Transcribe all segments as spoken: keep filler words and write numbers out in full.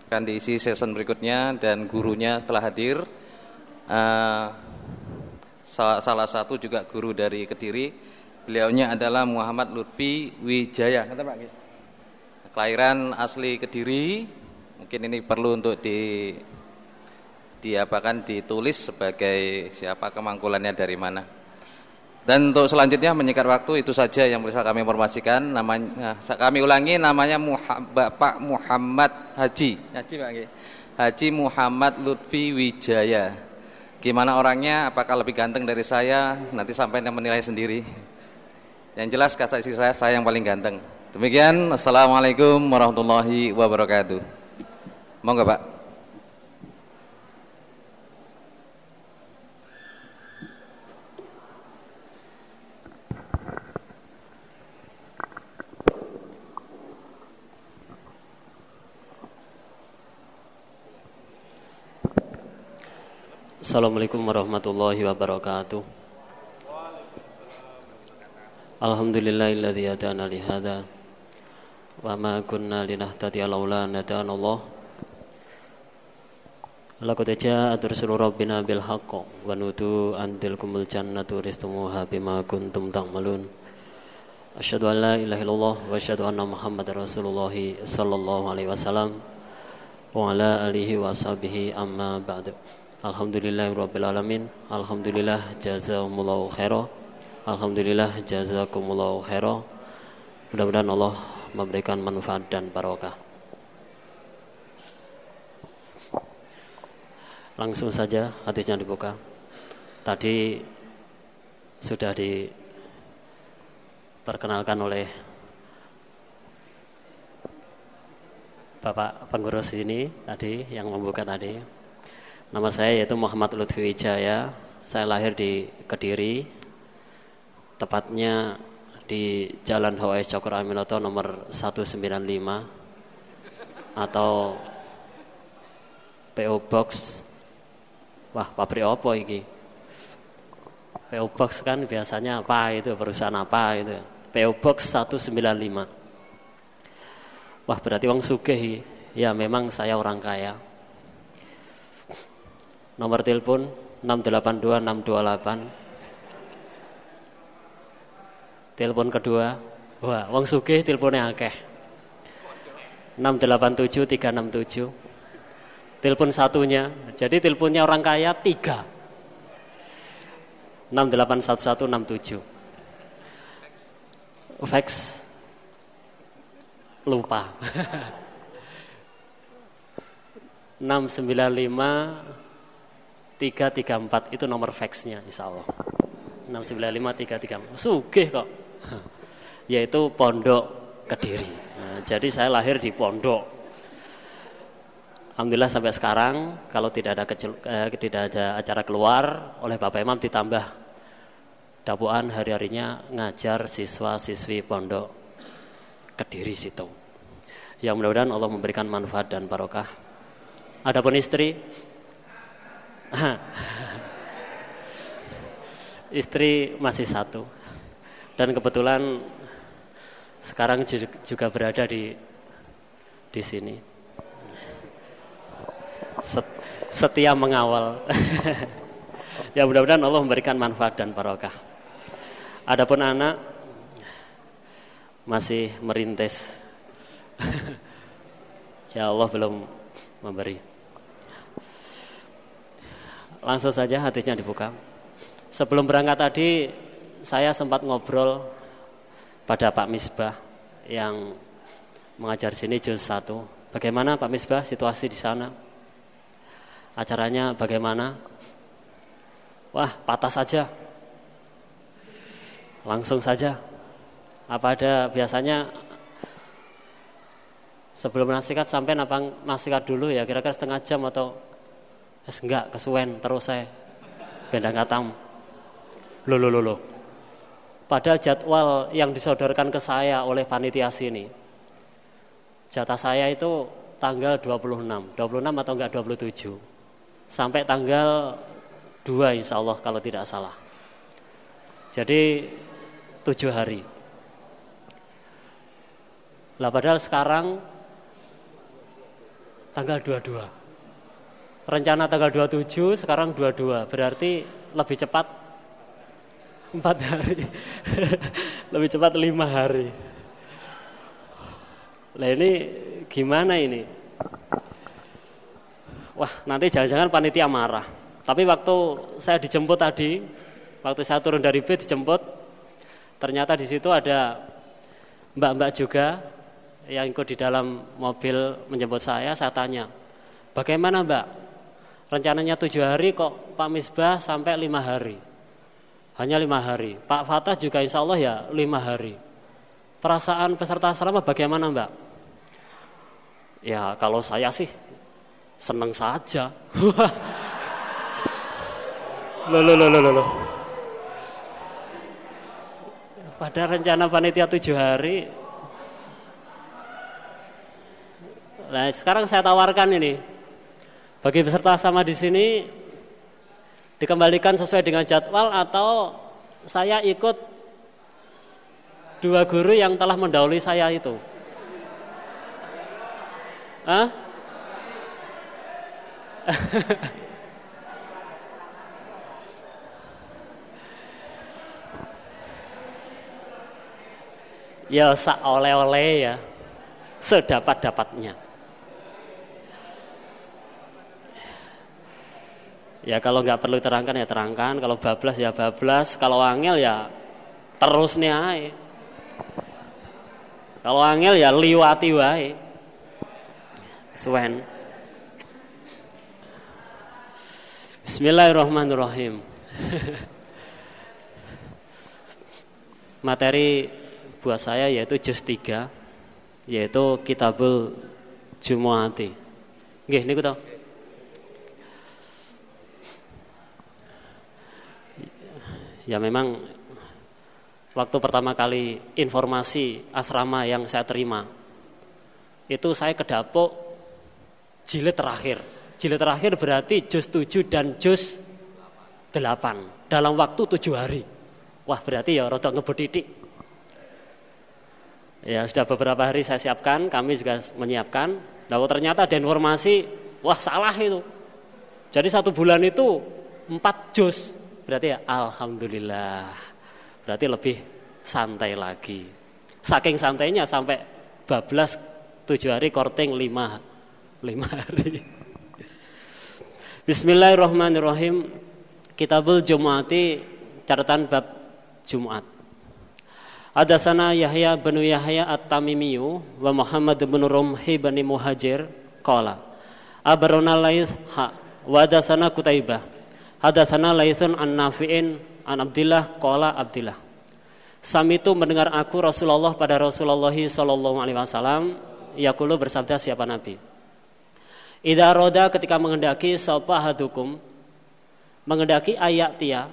akan diisi season berikutnya dan gurunya setelah hadir uh, salah satu juga guru dari Kediri. Beliaunya adalah Muhammad Lutfi Wijaya. Kata Pak, kelahiran asli Kediri. Mungkin ini perlu untuk di diapakan ditulis sebagai siapa, kemangkulannya dari mana. Dan untuk selanjutnya menyikat waktu itu saja yang bisa kami informasikan. Namanya kami ulangi, namanya Muha, Bapak Muhammad Haji Haji Pak Haji Muhammad Lutfi Wijaya. Gimana orangnya, apakah lebih ganteng dari saya? Nanti sampai yang menilai sendiri. Yang jelas kata istri saya, saya yang paling ganteng. Demikian, assalamualaikum warahmatullahi wabarakatuh. Monggo Pak. Assalamualaikum warahmatullahi wabarakatuh. Alhamdulillahilladzi hadana li hadza wa ma kunna linahtadiya laula an hadana Allah. Laqad ja'at rusulu rabbina bil haqq wa nutu an tilkumul jannatu ristumuha bima kuntum ta'malun. Asyhadu an la ilaha illallah wa asyhadu anna Muhammadar Rasulullah sallallahu alaihi wasallam wa ala alihi wa sahbihi amma ba'du. Alhamdulillahirabbil alamin. Alhamdulillah jazakumullahu khairan. Alhamdulillah jazakumullahu khairan. Mudah-mudahan Allah memberikan manfaat dan barokah. Langsung saja hadisnya dibuka. Tadi sudah diperkenalkan oleh Bapak pengurus ini tadi yang membuka tadi. Nama saya yaitu Muhammad Lutfi Wijaya. Saya lahir di Kediri, tepatnya di Jalan H O S Cokro Aminoto nomor seratus sembilan puluh lima atau P O Box. Wah, pabrik apa iki? P O Box kan biasanya apa itu, perusahaan apa itu? P O Box seratus sembilan puluh lima. Wah, berarti wong sugih. Ya, memang saya orang kaya. Nomor telepon enam delapan dua enam dua delapan. Telepon kedua, wah, wong sugih teleponnya akeh. enam delapan tujuh tiga enam tujuh. Telepon satunya, jadi teleponnya orang kaya tiga. enam delapan satu satu enam tujuh. Fax lupa. enam sembilan lima tiga tiga empat itu nomor faxnya insyaallah. enam sembilan lima tiga tiga empat. Sugih kok. Yaitu Pondok Kediri. Nah, jadi saya lahir di Pondok. Alhamdulillah sampai sekarang kalau tidak ada kecil, eh, tidak ada acara keluar oleh Bapak Imam ditambah dakwaan hari-harinya ngajar siswa-siswi Pondok Kediri situ. Ya mudah-mudahan Allah memberikan manfaat dan barokah. Adapun istri istri masih satu dan kebetulan sekarang juga berada di di sini. Setia mengawal. Ya mudah-mudahan Allah memberikan manfaat dan barokah. Adapun anak masih merintis. Ya Allah belum memberi. Langsung saja hadisnya dibuka. Sebelum berangkat tadi saya sempat ngobrol pada Pak Misbah yang mengajar sini juz satu. Bagaimana Pak Misbah situasi di sana? Acaranya bagaimana? Wah, patah saja. Langsung saja. Apa ada biasanya sebelum nasihat sampai apa nasihat dulu ya, kira-kira setengah jam atau es enggak kesuwen terus saya benda ngatam. Loh loh loh loh. Pada jadwal yang disodorkan ke saya oleh panitia sini, jatah saya itu tanggal dua puluh enam atau enggak dua puluh tujuh sampai tanggal dua insya Allah kalau tidak salah. Jadi tujuh hari. Lah padahal sekarang tanggal dua puluh dua. Rencana tanggal dua puluh tujuh, sekarang dua puluh dua. Berarti lebih cepat empat hari. Lebih cepat lima hari. Nah ini gimana ini? Wah, nanti jangan-jangan panitia marah. Tapi waktu saya dijemput tadi, waktu saya turun dari bis dijemput, ternyata di situ ada mbak-mbak juga yang ikut di dalam mobil menjemput saya. Saya tanya, bagaimana mbak? Rencananya tujuh hari kok Pak Misbah sampai lima hari. Hanya lima hari. Pak Fatah juga insya Allah ya lima hari. Perasaan peserta asrama bagaimana mbak? Ya kalau saya sih senang saja. Loh, loh, loh, loh, loh. Pada rencana panitia tujuh hari. Nah sekarang saya tawarkan ini. Bagi peserta asrama di sini dikembalikan sesuai dengan jadwal atau saya ikut dua guru yang telah mendahului saya itu. Hah? Ya sak oleh-oleh ya, sedapat-dapatnya. Ya kalau nggak perlu terangkan ya terangkan, kalau bablas ya bablas, kalau angel ya terus nih ae. Kalau angel ya liwati wae. Suwen. Bismillahirrahmanirrahim. Materi buat saya yaitu juz tiga, yaitu Kitabul Jumu'ati. Nggih niku to. Ya memang waktu pertama kali informasi asrama yang saya terima itu saya kedapuk jilid terakhir. Jilid terakhir berarti juz tujuh dan juz delapan dalam waktu tujuh hari. Wah berarti ya rada ngebut titik. Ya sudah beberapa hari saya siapkan, kami juga menyiapkan. Lalu ternyata ada informasi, wah salah itu. Jadi satu bulan itu empat juz. Berarti ya alhamdulillah. Berarti lebih santai lagi. Saking santainya sampai bablas tujuh hari korting lima, lima hari. Bismillahirrahmanirrahim. Kitabul Jumu'ati, catatan bab Jumat. Hadatsana Yahya bin Yahya At-Tamimiyu wa Muhammad bin Rumhi bin Muhajir qala abarona Laits ha wa hadatsana Qutaibah hadatsana Laitsun an Nafi'in an Abdillah qala Abdillah samitu mendengar aku Rasulullah pada Rasulullah sallallahu alaihi wasallam yaqulu bersabda siapa nabi idza roda ketika mengendaki sapa hadukum mengendaki ayat tia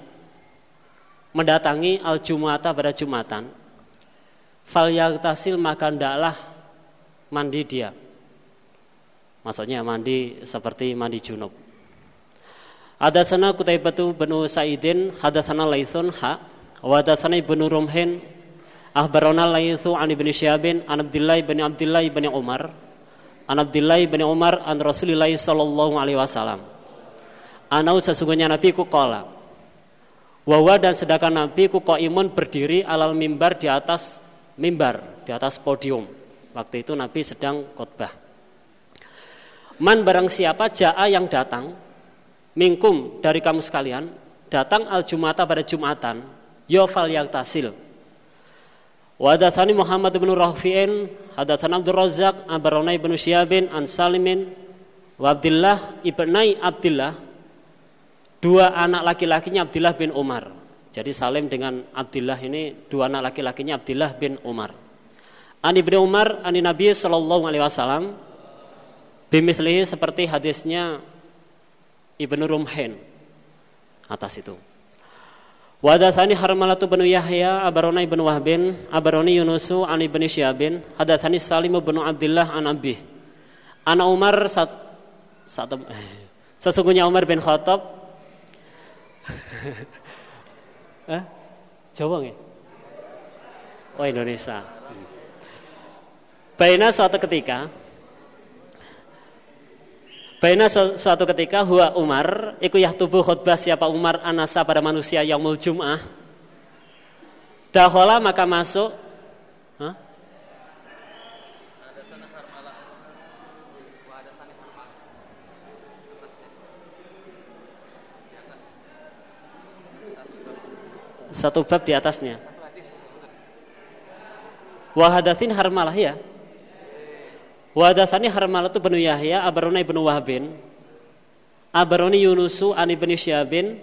mendatangi al-jumu'ata pada Jumatan fal yagtasil maka ndaklah mandi dia maksudnya mandi seperti mandi junub. Hadatsana Qutaibatu bin Sa'idin hadatsana Laitsun ha wa hadatsana Ibnu Rumhin akhbarana Laitsu an Ibnu Syihab an Abdullah bin Abdullah bin Umar an Abdullah bin Umar an Rasulillah sallallahu alaihi wasallam anau sesungguhnya Nabi ku qala wa dan sedangkan Nabi ku qaimun berdiri alal mimbar di atas mimbar di atas podium. Waktu itu Nabi sedang khotbah. Man barang siapa jaa yang datang minkum dari kamu sekalian datang al jumata pada Jumatan yofal yaktasil. Wa hadatsani Muhammad bin Rafi'in hadatsana Abdul Razzaq abarona ibnu Syihab an Salimin wa Abdullah ibnai Abdullah dua anak laki-lakinya Abdullah bin Umar. Jadi Salim dengan Abdullah ini dua anak laki-lakinya Abdullah bin Umar. An Ibnu Umar an Nabi sallallahu alaihi wasallam bimislihi seperti hadisnya Ibnu Rumhin atas itu. Wa hadatsani Harmalatu bin Yahya abarona ibnu Wahbin abaroni Yunusu an Ibnu Syihab hadatsani Salim bin Abdullah an Abi ana Umar sat, sat, sesungguhnya Umar bin Khattab eh Jawa nggih? Oh Indonesia. Baina suatu ketika Baina suatu ketika huwa Umar iku yahtubu khutbah siapa Umar anasa pada manusia yaumul jum'ah. Dakhala maka masuk. Hah? Satu bab di atasnya. Wahadatsin Harmalah ya. Wahadatsani Harmalah itu bin Yahya, abaroni bin Wahbin, abaroni Yunusu ani bin Syabin.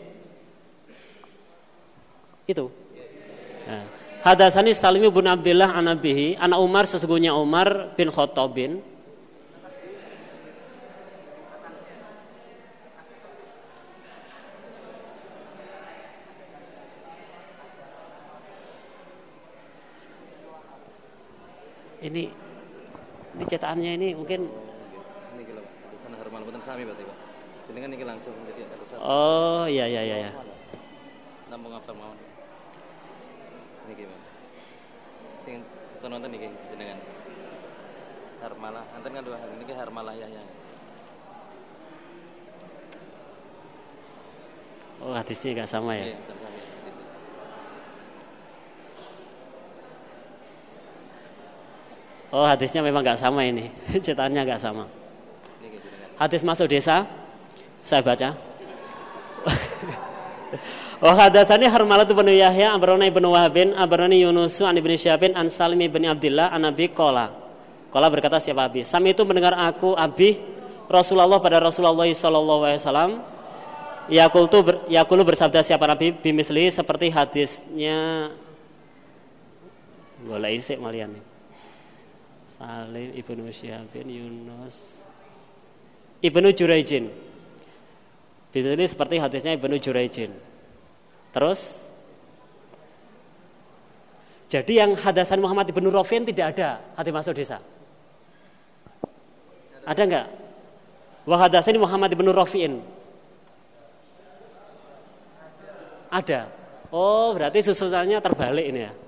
Itu. Nah. Hadatsani Salim bin Abdullah an Abihi, anak Umar sesungguhnya Umar bin Khattabin. Ini ini cetakannya ini mungkin ini kalau sana Harmal boten sami berarti kok. Jenengan niki langsung jadi ada. Oh, iya iya iya ya. Nampung hafal mawon. Niki men. Sing nonton niki jenengan. Harmalah, anten kan dua hal niki Harmalah ya ya. Oh, hadisnya enggak sama ya. Iya, sama ya. Oh, hadisnya memang enggak sama ini. Cetakannya enggak sama. Hadis masuk desa. Saya baca. Oh, hadatsani Harmalah bin Yahya, abaroni bin Wahbin, abaroni Yunus an ibn Syabin an Salim bin Abdullah an Nabi qala. Qala berkata siapa Abi? Sami itu mendengar aku Abi Rasulullah pada Rasulullah sallallahu alaihi wasallam. Yaqultu ber, yaqulu bersabda siapa Nabi bimisli seperti hadisnya. Boleh isik malian nih. Salim ibnu Syabin Yunus Ibnu Juraijin. Ini seperti hadisnya Ibnu Juraijin. Terus jadi yang hadasan Muhammad ibnu Rafi'in tidak ada hadis masuk desa. Ada enggak? Wa hadatsani Muhammad ibnu Rafi'in. Ada. Oh, berarti susunannya terbalik ini ya.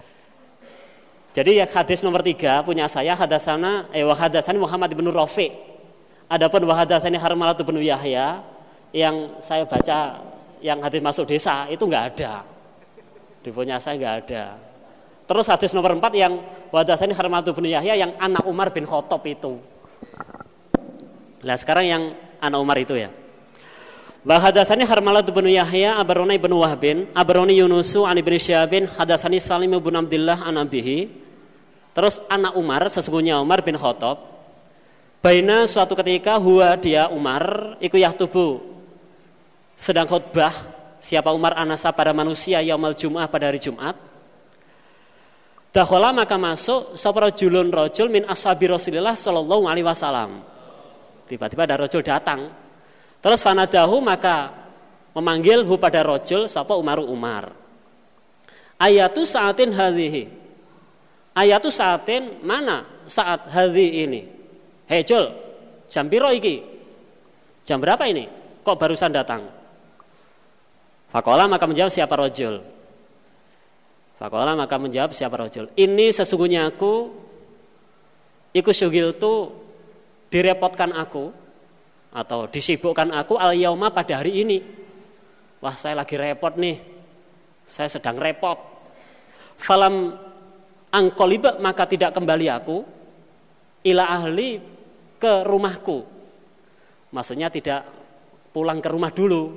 Jadi hadis nomor tiga punya saya hadasana eh wa hadatsani Muhammad ibnu Rafi'. Adapun wa hadatsani Harmalah bin Yahya yang saya baca yang hadis masuk desa itu enggak ada. Di punya saya enggak ada. Terus hadis nomor empat yang wa hadatsani Harmalah bin Yahya yang anak Umar bin Khattab itu. Nah, sekarang yang anak Umar itu ya. Wa hadatsani Harmalah bin Yahya abaroni bin Wahbin, abaroni Yunusu an ibn Syabin, hadatsani Salim bin Abdullah an Abihi. Terus anak Umar sesungguhnya Umar bin Khattab. Baina suatu ketika huwa dia Umar iku yahtubu sedang khutbah siapa Umar anasa pada manusia yaumul Jum'ah pada hari Jumat. Dakhala maka masuk sapa rajulun rajul min ashabi Rasulillah sallallahu alaihi wasallam. Tiba-tiba ada rajul datang. Terus fanadahu maka memanggil hu pada rajul sapa Umaru Umar. Ayatu saatin hadhihi. Ayatu saatin mana saat hadhi ini? Hei Jul, jam piro iki? Jam berapa ini? Kok barusan datang? Faqala maka menjawab siapa rajul? Faqala maka menjawab siapa rajul? Ini sesungguhnya aku iku syugiltu direpotkan aku atau disibukkan aku al yauma pada hari ini. Wah, saya lagi repot nih. Saya sedang repot. Falam angkoliba maka tidak kembali aku ila ahli ke rumahku. Maksudnya tidak pulang ke rumah dulu.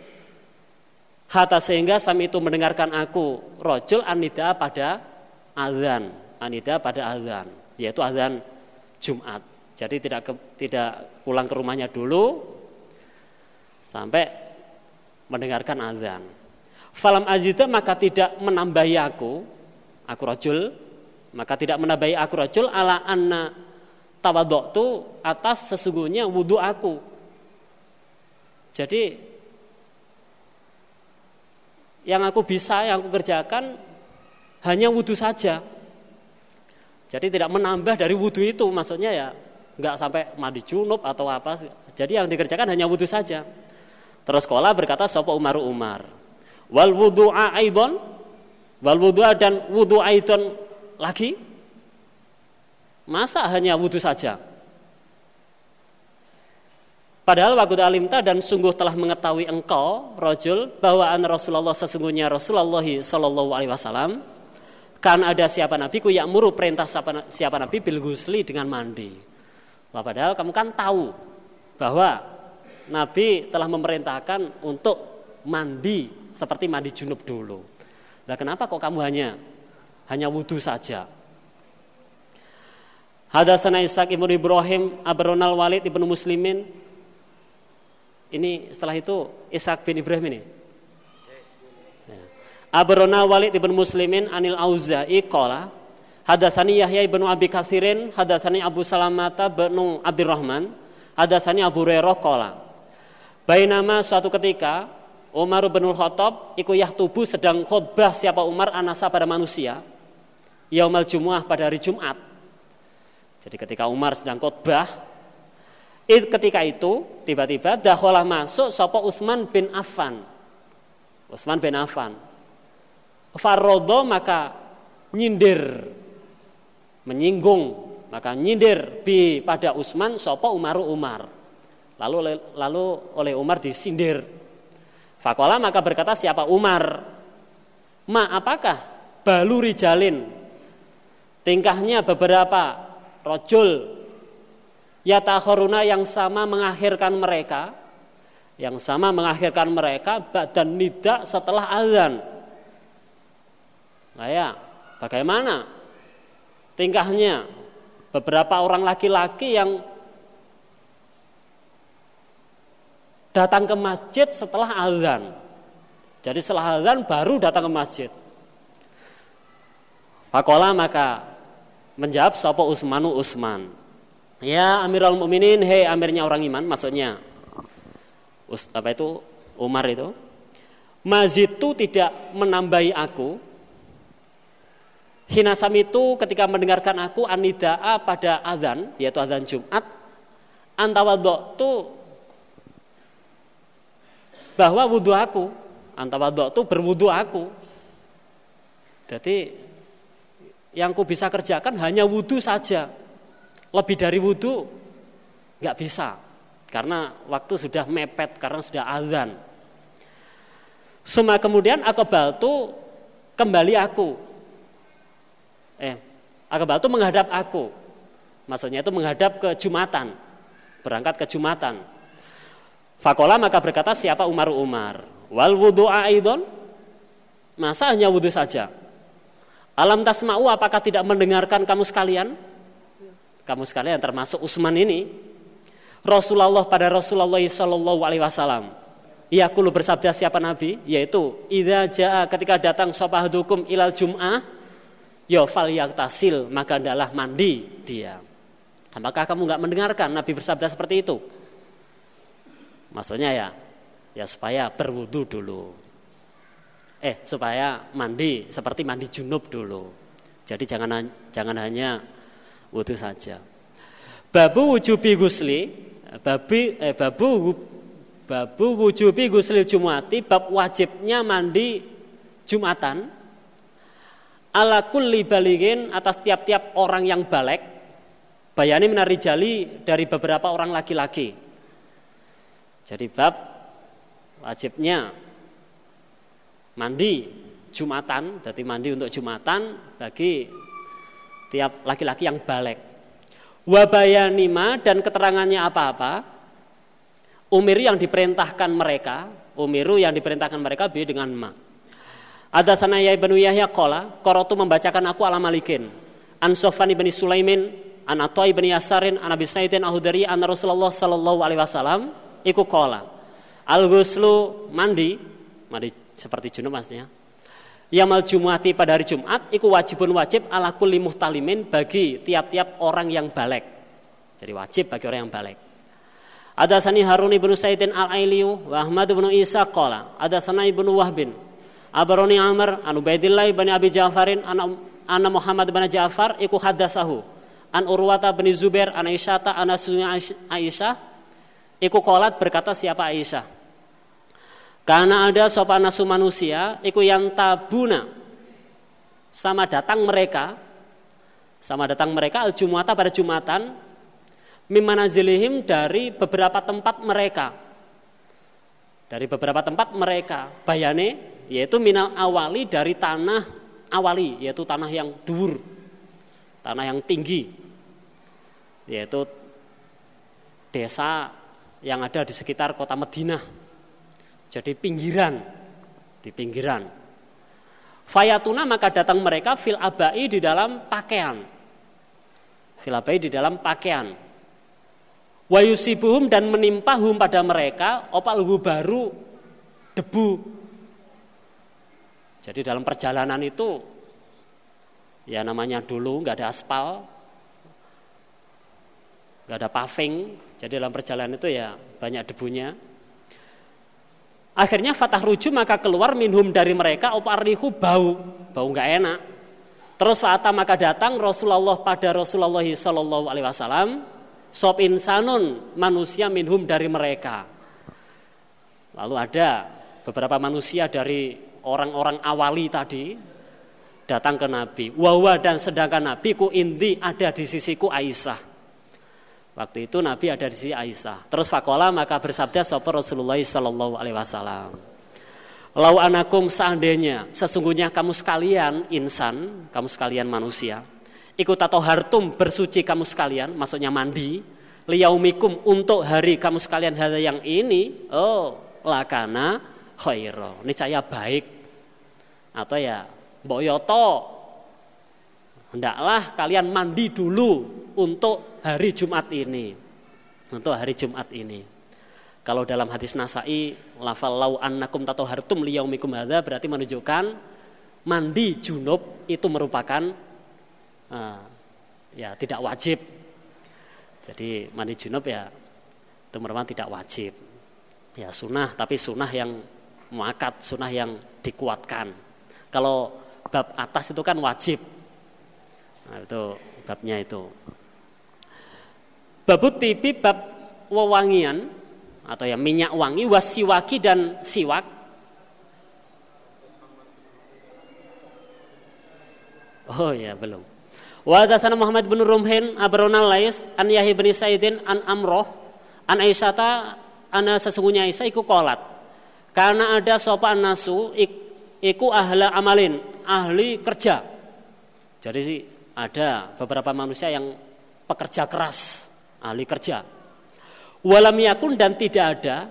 Hatta sehingga Sami itu mendengarkan aku rojul anida pada azan, anida pada azan, yaitu azan Jumat. Jadi tidak ke, tidak pulang ke rumahnya dulu sampai mendengarkan azan. Falam azida maka tidak menambahi aku, aku rojul, maka tidak menambahi aku rojul ala anna tawadoktu atas sesungguhnya wudu aku. Jadi yang aku bisa, yang aku kerjakan hanya wudu saja. Jadi tidak menambah dari wudu itu, maksudnya ya nggak sampai mandi junub atau apa. Jadi yang dikerjakan hanya wudu saja. Terus sekolah berkata sapa Umaru Umar, wal wudu'a aidon, wal wudu'a dan wudu aidon lagi. Masa hanya wudu saja? Padahal waktu alimta dan sungguh telah mengetahui engkau rajul bahwa an Rasulullah sesungguhnya Rasulullah sallallahu alaihi wasallam kan ada siapa nabi ku ya'muru perintah siapa, siapa nabi bil ghusli dengan mandi. Wah, padahal kamu kan tahu bahwa nabi telah memerintahkan untuk mandi seperti mandi junub dulu. Lah kenapa kok kamu hanya hanya wudu saja? Hadatsana Ishaq ibnu Ibrahim Abaronal Walid ibnu Muslimin. Ini setelah itu Ishaq bin Ibrahim ini. Abarona Walid ibn Muslimin anil Auza'i qala hadatsani Yahya ibnu Abi Katsirin hadatsani Abu Salamata bin Abdurrahman hadatsani Abu Hurairah qala bainama suatu ketika Umar bin Khattab iku yahtubu sedang khutbah siapa Umar anasa pada manusia yaumal Jumu'ah pada hari Jumat. Jadi ketika Umar sedang khutbah, ketika itu tiba-tiba dakhala masuk sapa Utsman bin Affan. Utsman bin Affan. Farrodo maka nyindir, menyinggung, maka nyindir bi pada Utsman sapa Umaru Umar. Lalu lalu oleh Umar disindir. Faqala maka berkata siapa Umar, "Ma apakah balu rijalin tingkahnya beberapa rajul yatakharuna yang sama mengakhirkan mereka yang sama mengakhirkan mereka badan nida setelah azan." Nah ya, bagaimana tingkahnya beberapa orang laki-laki yang datang ke masjid setelah azan. Jadi setelah azan baru datang ke masjid. Faqala maka menjawab sapa Utsmanu Utsman, "Ya Amirul Mukminin, hei amirnya orang iman," maksudnya apa itu Umar itu, "Mazitu tidak menambahi aku, hinasam itu ketika mendengarkan aku anidaa pada azan, yaitu azan Jumat, antawadoktu bahwa wudhu aku, antawadoktu berwudhu aku. Jadi yang ku bisa kerjakan hanya wudhu saja. Lebih dari wudhu nggak bisa, karena waktu sudah mepet, karena sudah azan. Suma kemudian akabaltu kembali aku, eh akabaltu menghadap aku, maksudnya itu menghadap ke Jumatan, berangkat ke Jumatan. Fakola maka berkata siapa Umar Umar, wal wudu'a aidon, masa hanya wudhu saja? Alam tasma'u apakah tidak mendengarkan kamu sekalian? Kamu sekalian termasuk Utsman ini, Rasulullah pada Rasulullah sallallahu alaihi wasallam yaqulu bersabda siapa Nabi, yaitu idza jaa ketika datang sapahadukum ilal jum'ah ya falyaktasil maka adalah mandi dia. Apakah kamu enggak mendengarkan Nabi bersabda seperti itu? Maksudnya ya ya supaya berwudu dulu. Eh supaya mandi seperti mandi junub dulu. Jadi jangan jangan hanya wudu saja. Babu wujubi gusli, babi eh, babu babu wujubi gusli Jumati, bab wajibnya mandi Jumatan. Ala kulli balighin atas tiap-tiap orang yang balik. Bayani minarijali dari beberapa orang laki-laki. Jadi bab wajibnya mandi Jumatan, jadi mandi untuk Jumatan bagi tiap laki-laki yang balik. Wabayanima dan keterangannya apa-apa. Umiru yang diperintahkan mereka, umiru yang diperintahkan mereka bi dengan ma. Ada sana ya ibnu Yahya qala, qara'tu membacakan aku ala Malikin. An Sofwan ibn Sulaimin, an Atha ibn Yasarin, an Abi Sa'idin Al-Khudri, an Rasulullah sallallahu alaihi wasallam iku qala. Al-ghuslu mandi, mandi seperti junub maksudnya. Yamal Jumu'ati pada hari Jumat iku wajibun wajib ala kulli muhtalimin bagi tiap-tiap orang yang balik. Jadi wajib bagi orang yang balik. Ada sani Harun ibnu Saidin al-Ailiyu wa Ahmad ibnu Isa qala. Ada sana ibnu Wahbin. Abaroni Amr an Ubaidillah ibn Abi Ja'farin an anna Muhammad ibn Ja'far iku haddatsahu an Urwata bin Zubair an Aisyah an Aisyah iku qalat berkata siapa Aisyah? Karena ada sapa nasu manusia iku yang tabuna sama datang mereka sama datang mereka al-jumu'ata pada Jumatan Mimanazilihim dari beberapa tempat mereka. Dari beberapa tempat mereka. Bayane yaitu minal awali dari tanah awali, yaitu tanah yang dur, tanah yang tinggi, yaitu desa yang ada di sekitar kota Madinah. Jadi pinggiran, di pinggiran. Fayatuna maka datang mereka fil abai di dalam pakaian. Fil abai di dalam pakaian. Wa yusibuhum dan menimpahum pada mereka opal baru debu. Jadi dalam perjalanan itu ya namanya dulu nggak ada aspal, nggak ada paving, jadi dalam perjalanan itu ya banyak debunya. Akhirnya fatah ruju maka keluar minhum dari mereka oparihu bau, bau nggak enak. Terus fa'ata maka datang Rasulullah pada Rasulullah Sallallahu Alaihi Wasallam. Sop insanun manusia minhum dari mereka. Lalu ada beberapa manusia dari orang-orang awali tadi datang ke Nabi. Wawa dan sedangkan Nabi ku indi ada di sisiku Aisyah. Waktu itu Nabi ada di sisi Aisyah. Terus faqala maka bersabda sapa Rasulullah sallallahu alaihi wasallam. Lau anakum seandainya sesungguhnya kamu sekalian insan, kamu sekalian manusia. Ikut atau hartum bersuci kamu sekalian, maksudnya mandi, liyaumikum untuk hari kamu sekalian hari yang ini, oh lakana khaira, niscaya baik. Atau ya boyoto, hendaklah kalian mandi dulu untuk hari Jumat ini, untuk hari Jumat ini. Kalau dalam hadis Nasai, lafal lau annakum tatohartum liyaumikum hadza berarti menunjukkan mandi junub itu merupakan Nah, ya tidak wajib. Jadi mandi junub ya itu merupakan tidak wajib. Ya sunnah, tapi sunnah yang muakkad, sunnah yang dikuatkan. Kalau bab atas itu kan wajib. Nah, itu babnya itu. Babut tibi bab wewangian atau ya minyak wangi wasiwaki dan siwak. Oh ya belum. Wa hadatsana Muhammad bin Rumhin abrona Lais an Yahya bin Sa'idin an Amroh an Aisyata ana sesungguhnya Aisyah iku qolat karena ada sapa nasu ik, iku ahla amalin ahli kerja. Jadi sih ada beberapa manusia yang pekerja keras, ahli kerja. Walam yakun dan tidak ada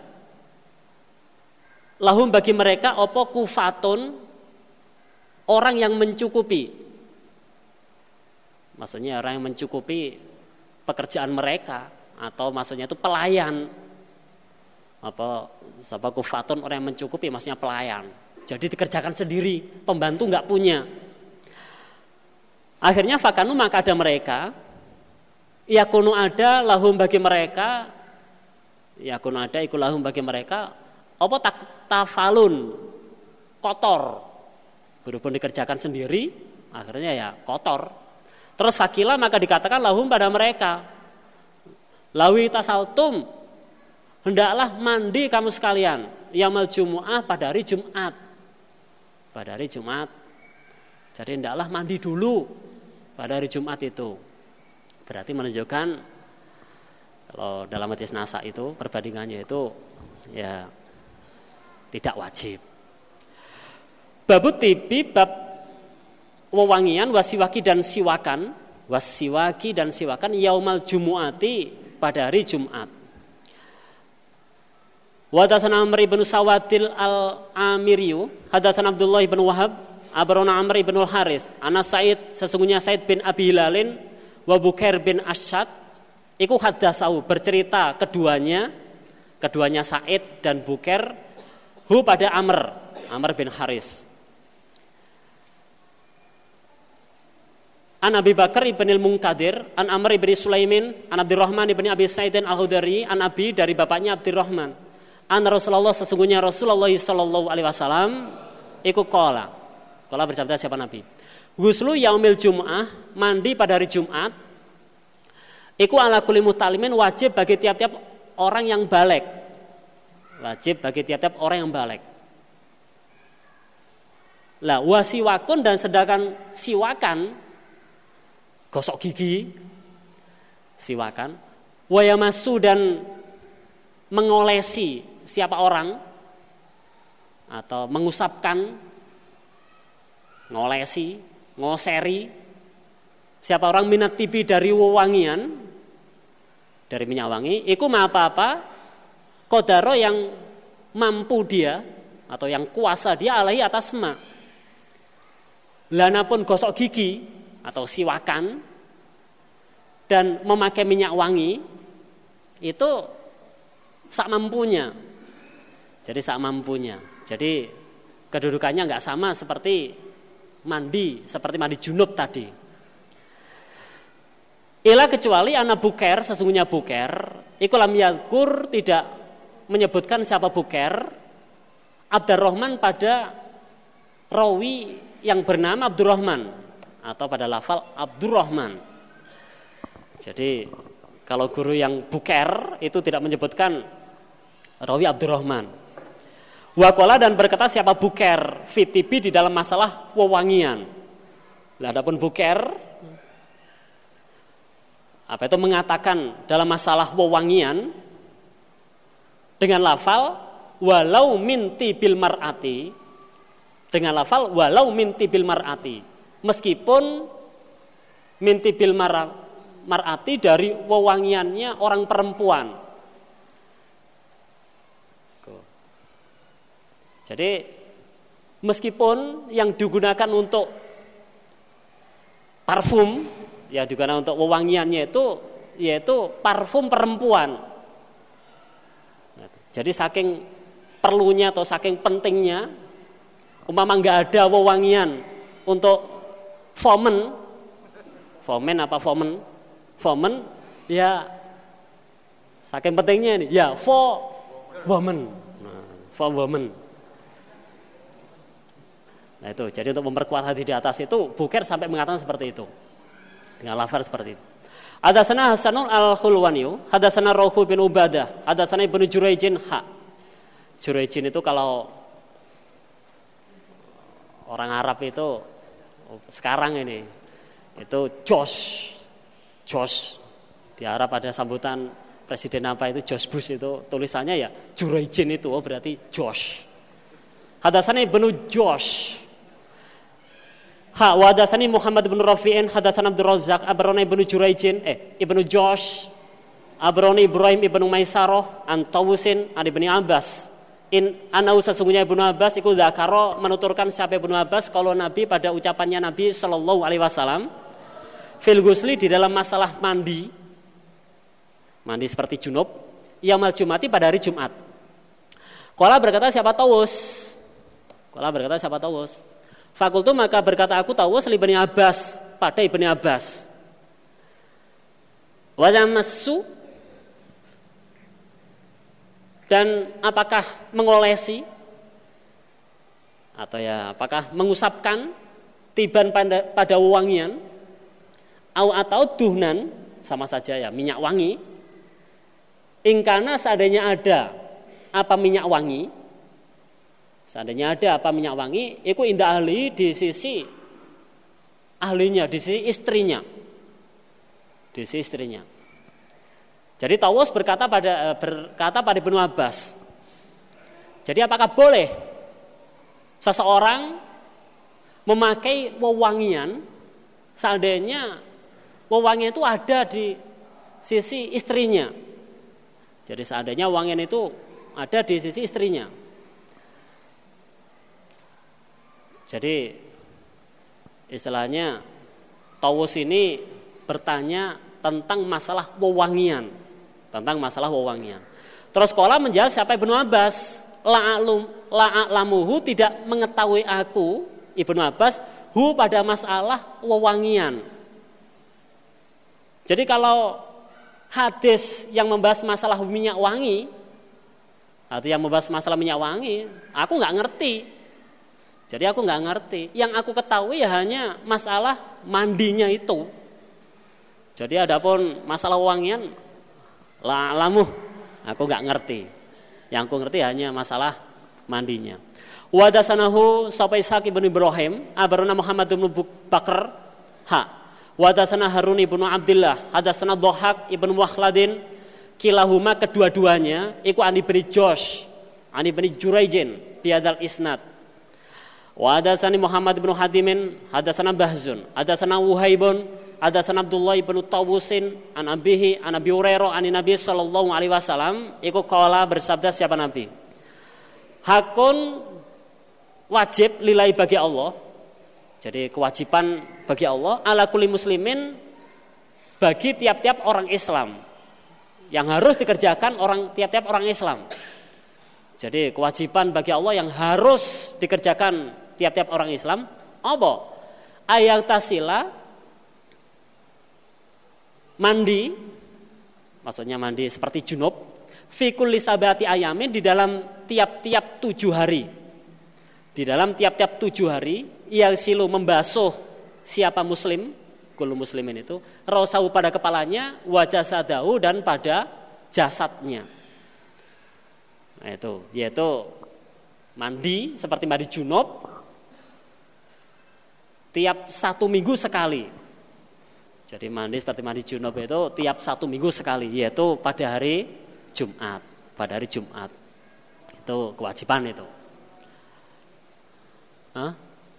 lahum bagi mereka opo kufatun orang yang mencukupi. Maksudnya orang yang mencukupi pekerjaan mereka atau maksudnya itu pelayan. Apa sabab kufatun orang yang mencukupi maksudnya pelayan. Jadi dikerjakan sendiri, pembantu enggak punya. Akhirnya fakanu maka ada mereka yakunu ada lahum bagi mereka yakunu ada iku lahum bagi mereka apa tafalun kotor. Berhubung dikerjakan sendiri, akhirnya ya kotor. Terus fakila maka dikatakan lahum pada mereka lawi tasaltum hendaklah mandi kamu sekalian yaumul jumu'ah pada hari Jumat pada hari Jumat jadi hendaklah mandi dulu pada hari Jumat itu berarti menunjukkan kalau dalam hadis Nasa itu perbandingannya itu ya tidak wajib. Babut tibi bab wewangian wasiwaki dan siwakan wasiwaki dan siwakan yaumal jumu'ati pada hari Jumat. Wa hadatsana Amr ibn Sawadil al-Amiriyu hadatsana Abdullah ibn Wahab abarona Amr ibn al-Haris ana Said sesungguhnya Said bin Abi Hilalin wa Bukair bin Asyad iku hadatsau bercerita keduanya keduanya Said dan Bukair hu pada Amr Amr bin Haris. An Abi Bakar ibn al-Munkadir, an Amr ibn Sulaimin, an Abdurrahman ibn Abi Sa'idin al-Hudari, an Abi dari bapaknya Abdurrahman. An Rasulullah sesungguhnya Rasulullah sallallahu alaihi wasallam iku qala. Qala bersabda siapa Nabi? Ghuslu yaumil Jum'ah, mandi pada hari Jumat. Iku ala kulli muhtalimin wajib bagi tiap-tiap orang yang balik. Wajib bagi tiap-tiap orang yang balik. Lah wasiwakun dan sedangkan siwakan gosok gigi, siwakan Wa yamassu dan mengolesi siapa orang atau mengusapkan, ngolesi, ngoseri siapa orang minat tibi dari wewangian, dari minyak wangi, iku ma apa-apa qadaro yang mampu dia atau yang kuasa dia alaihi atas ma. Lana pun gosok gigi atau siwakan dan memakai minyak wangi itu sak mampunya. Jadi sak mampunya. Jadi kedudukannya enggak sama seperti mandi, seperti mandi junub tadi. Ila kecuali ana buker, sesungguhnya buker, iku lam yadkur tidak menyebutkan siapa buker, Abdurrahman pada rawi yang bernama Abdurrahman atau pada lafal Abdurrahman. Jadi kalau guru yang buker itu tidak menyebutkan rawi Abdurrahman. Waqala dan berkata siapa buker fitibi di dalam masalah wewangian. Lah adapun buker apa itu mengatakan dalam masalah wewangian dengan lafal walau minti bil mar'ati, dengan lafal walau minti bil mar'ati, meskipun minti bil mar'ati dari wewangiannya orang perempuan. Jadi meskipun yang digunakan untuk parfum, yang digunakan untuk wewangiannya itu yaitu parfum perempuan. Jadi saking perlunya atau saking pentingnya, umpama nggak ada wewangian untuk fomen, fomen apa fomen, fomen ya saking pentingnya ini, ya for woman, nah, for woman. Nah itu, jadi untuk memperkuat hadis di atas itu, Bukair sampai mengatakan seperti itu, dengan lafaz seperti itu. Hadatsana Hasanul Al-Khulwani, hadatsana Rauhu bin Ubadah, hadatsana Ibnu Jurayjin ha. Jurayjin itu kalau orang Arab itu sekarang ini itu Josh, Josh di Arab ada sambutan presiden apa itu George Bush itu tulisannya ya Jurayjin itu, oh berarti Josh. Hadatsana Ibnu Josh. Ha wa hadatsani Muhammad bin Rafi'in hadatsana Abdul Razzaq abrona Ibnu Jurayjin eh Ibnu Josh abrona Ibrahim Ibnu Maisarah an Tawusin an Ibnu Abbas in anau sesungguhnya Ibnu Abbas iku dzakara menuturkan siapa Ibnu Abbas kalau Nabi pada ucapannya Nabi sallallahu alaihi wasallam fil ghusli di dalam masalah mandi mandi seperti junub yaumul jumati pada hari Jumat. Qala berkata siapa Tawus Qala berkata siapa Tawus Fakultu maka berkata aku Tawus li Ibnu Abbas pada Ibnu Abbas. Wa yamassu dan apakah mengolesi atau ya apakah mengusapkan tiban pada, pada wewangian au atau duhnan sama saja ya minyak wangi ingkana seandainya ada apa minyak wangi seandainya ada apa minyak wangi itu indah ahli di sisi ahlinya di sisi istrinya di sisi istrinya. Jadi Tawus berkata pada berkata pada Ibnu Abbas. Jadi apakah boleh seseorang memakai wewangian seandainya wewangian itu ada di sisi istrinya. Jadi seandainya wewangian itu ada di sisi istrinya. Jadi istilahnya Tawus ini bertanya tentang masalah wewangian, tentang masalah wewangian. Terus qala menjawab siapa Ibnu Abbas, la'alum la'alamuhu tidak mengetahui aku Ibnu Abbas hu pada masalah wewangian. Jadi kalau hadis yang membahas masalah minyak wangi atau yang membahas masalah minyak wangi, aku enggak ngerti. Jadi aku nggak ngerti. Yang aku ketahui ya hanya masalah mandinya itu. Jadi adapun masalah wangian, la lamuh, aku nggak ngerti. Yang aku ngerti hanya masalah mandinya. Wa dasanahu Sa'id Ishaq ibn Ibrahim, abarana Muhammad bin Bakar, ha. Wa dasana Harun ibn Abdullah, hadasana Dhahak ibn Wakhladin, kilahuma kedua-duanya iku ani bani Josh, ani bani Juraijin biadal isnad. Wa hadatsani Muhammad bin Hatimin, hadatsana Bahzun, hadatsana Wuhaibun, hadatsana Abdullah bin Tawusin an abihi an Abi Hurairah an Nabi sallallahu alaihi wasallam iku qala bersabda siapa Nabi? Hakun wajib lillahi bagi Allah. Jadi kewajiban bagi Allah ala kulli muslimin bagi tiap-tiap orang Islam yang harus dikerjakan orang tiap-tiap orang Islam. Jadi kewajiban bagi Allah yang harus dikerjakan tiap-tiap orang Islam apa? Ayat tasila mandi, maksudnya mandi seperti junub, fi kulli sabati ayamin di dalam tiap-tiap tujuh hari. Di dalam tiap-tiap tujuh hari yang silu membasuh siapa muslim, kullu muslimin itu, rasahu pada kepalanya, wajah sadahu dan pada jasadnya. Nah itu, yaitu mandi seperti mandi junub tiap satu minggu sekali. Jadi mandi seperti mandi junub itu tiap satu minggu sekali, yaitu pada hari Jumat. Pada hari Jumat itu kewajiban itu. Hah?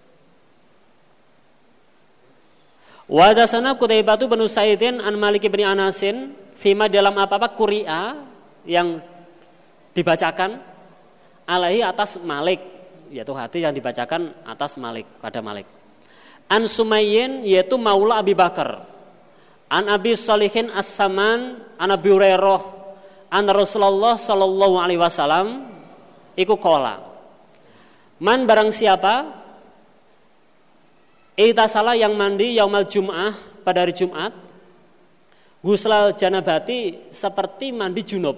Wa hadatsana Qutaibah bin Sa'idin an Malik bin Anasin fima dalam apa-apa quri'a yang dibacakan alaihi atas Malik, yaitu hadis yang dibacakan atas Malik pada Malik. An Sumayyin yaitu maula Abi Bakar. An Abi Shalihin As-Saman an Abi Hurairah an Rasulullah sallallahu alaihi wasallam iku qala. Man barang siapa itasala yang mandi yaumal jum'ah pada hari Jumat, guslal janabati seperti mandi junub.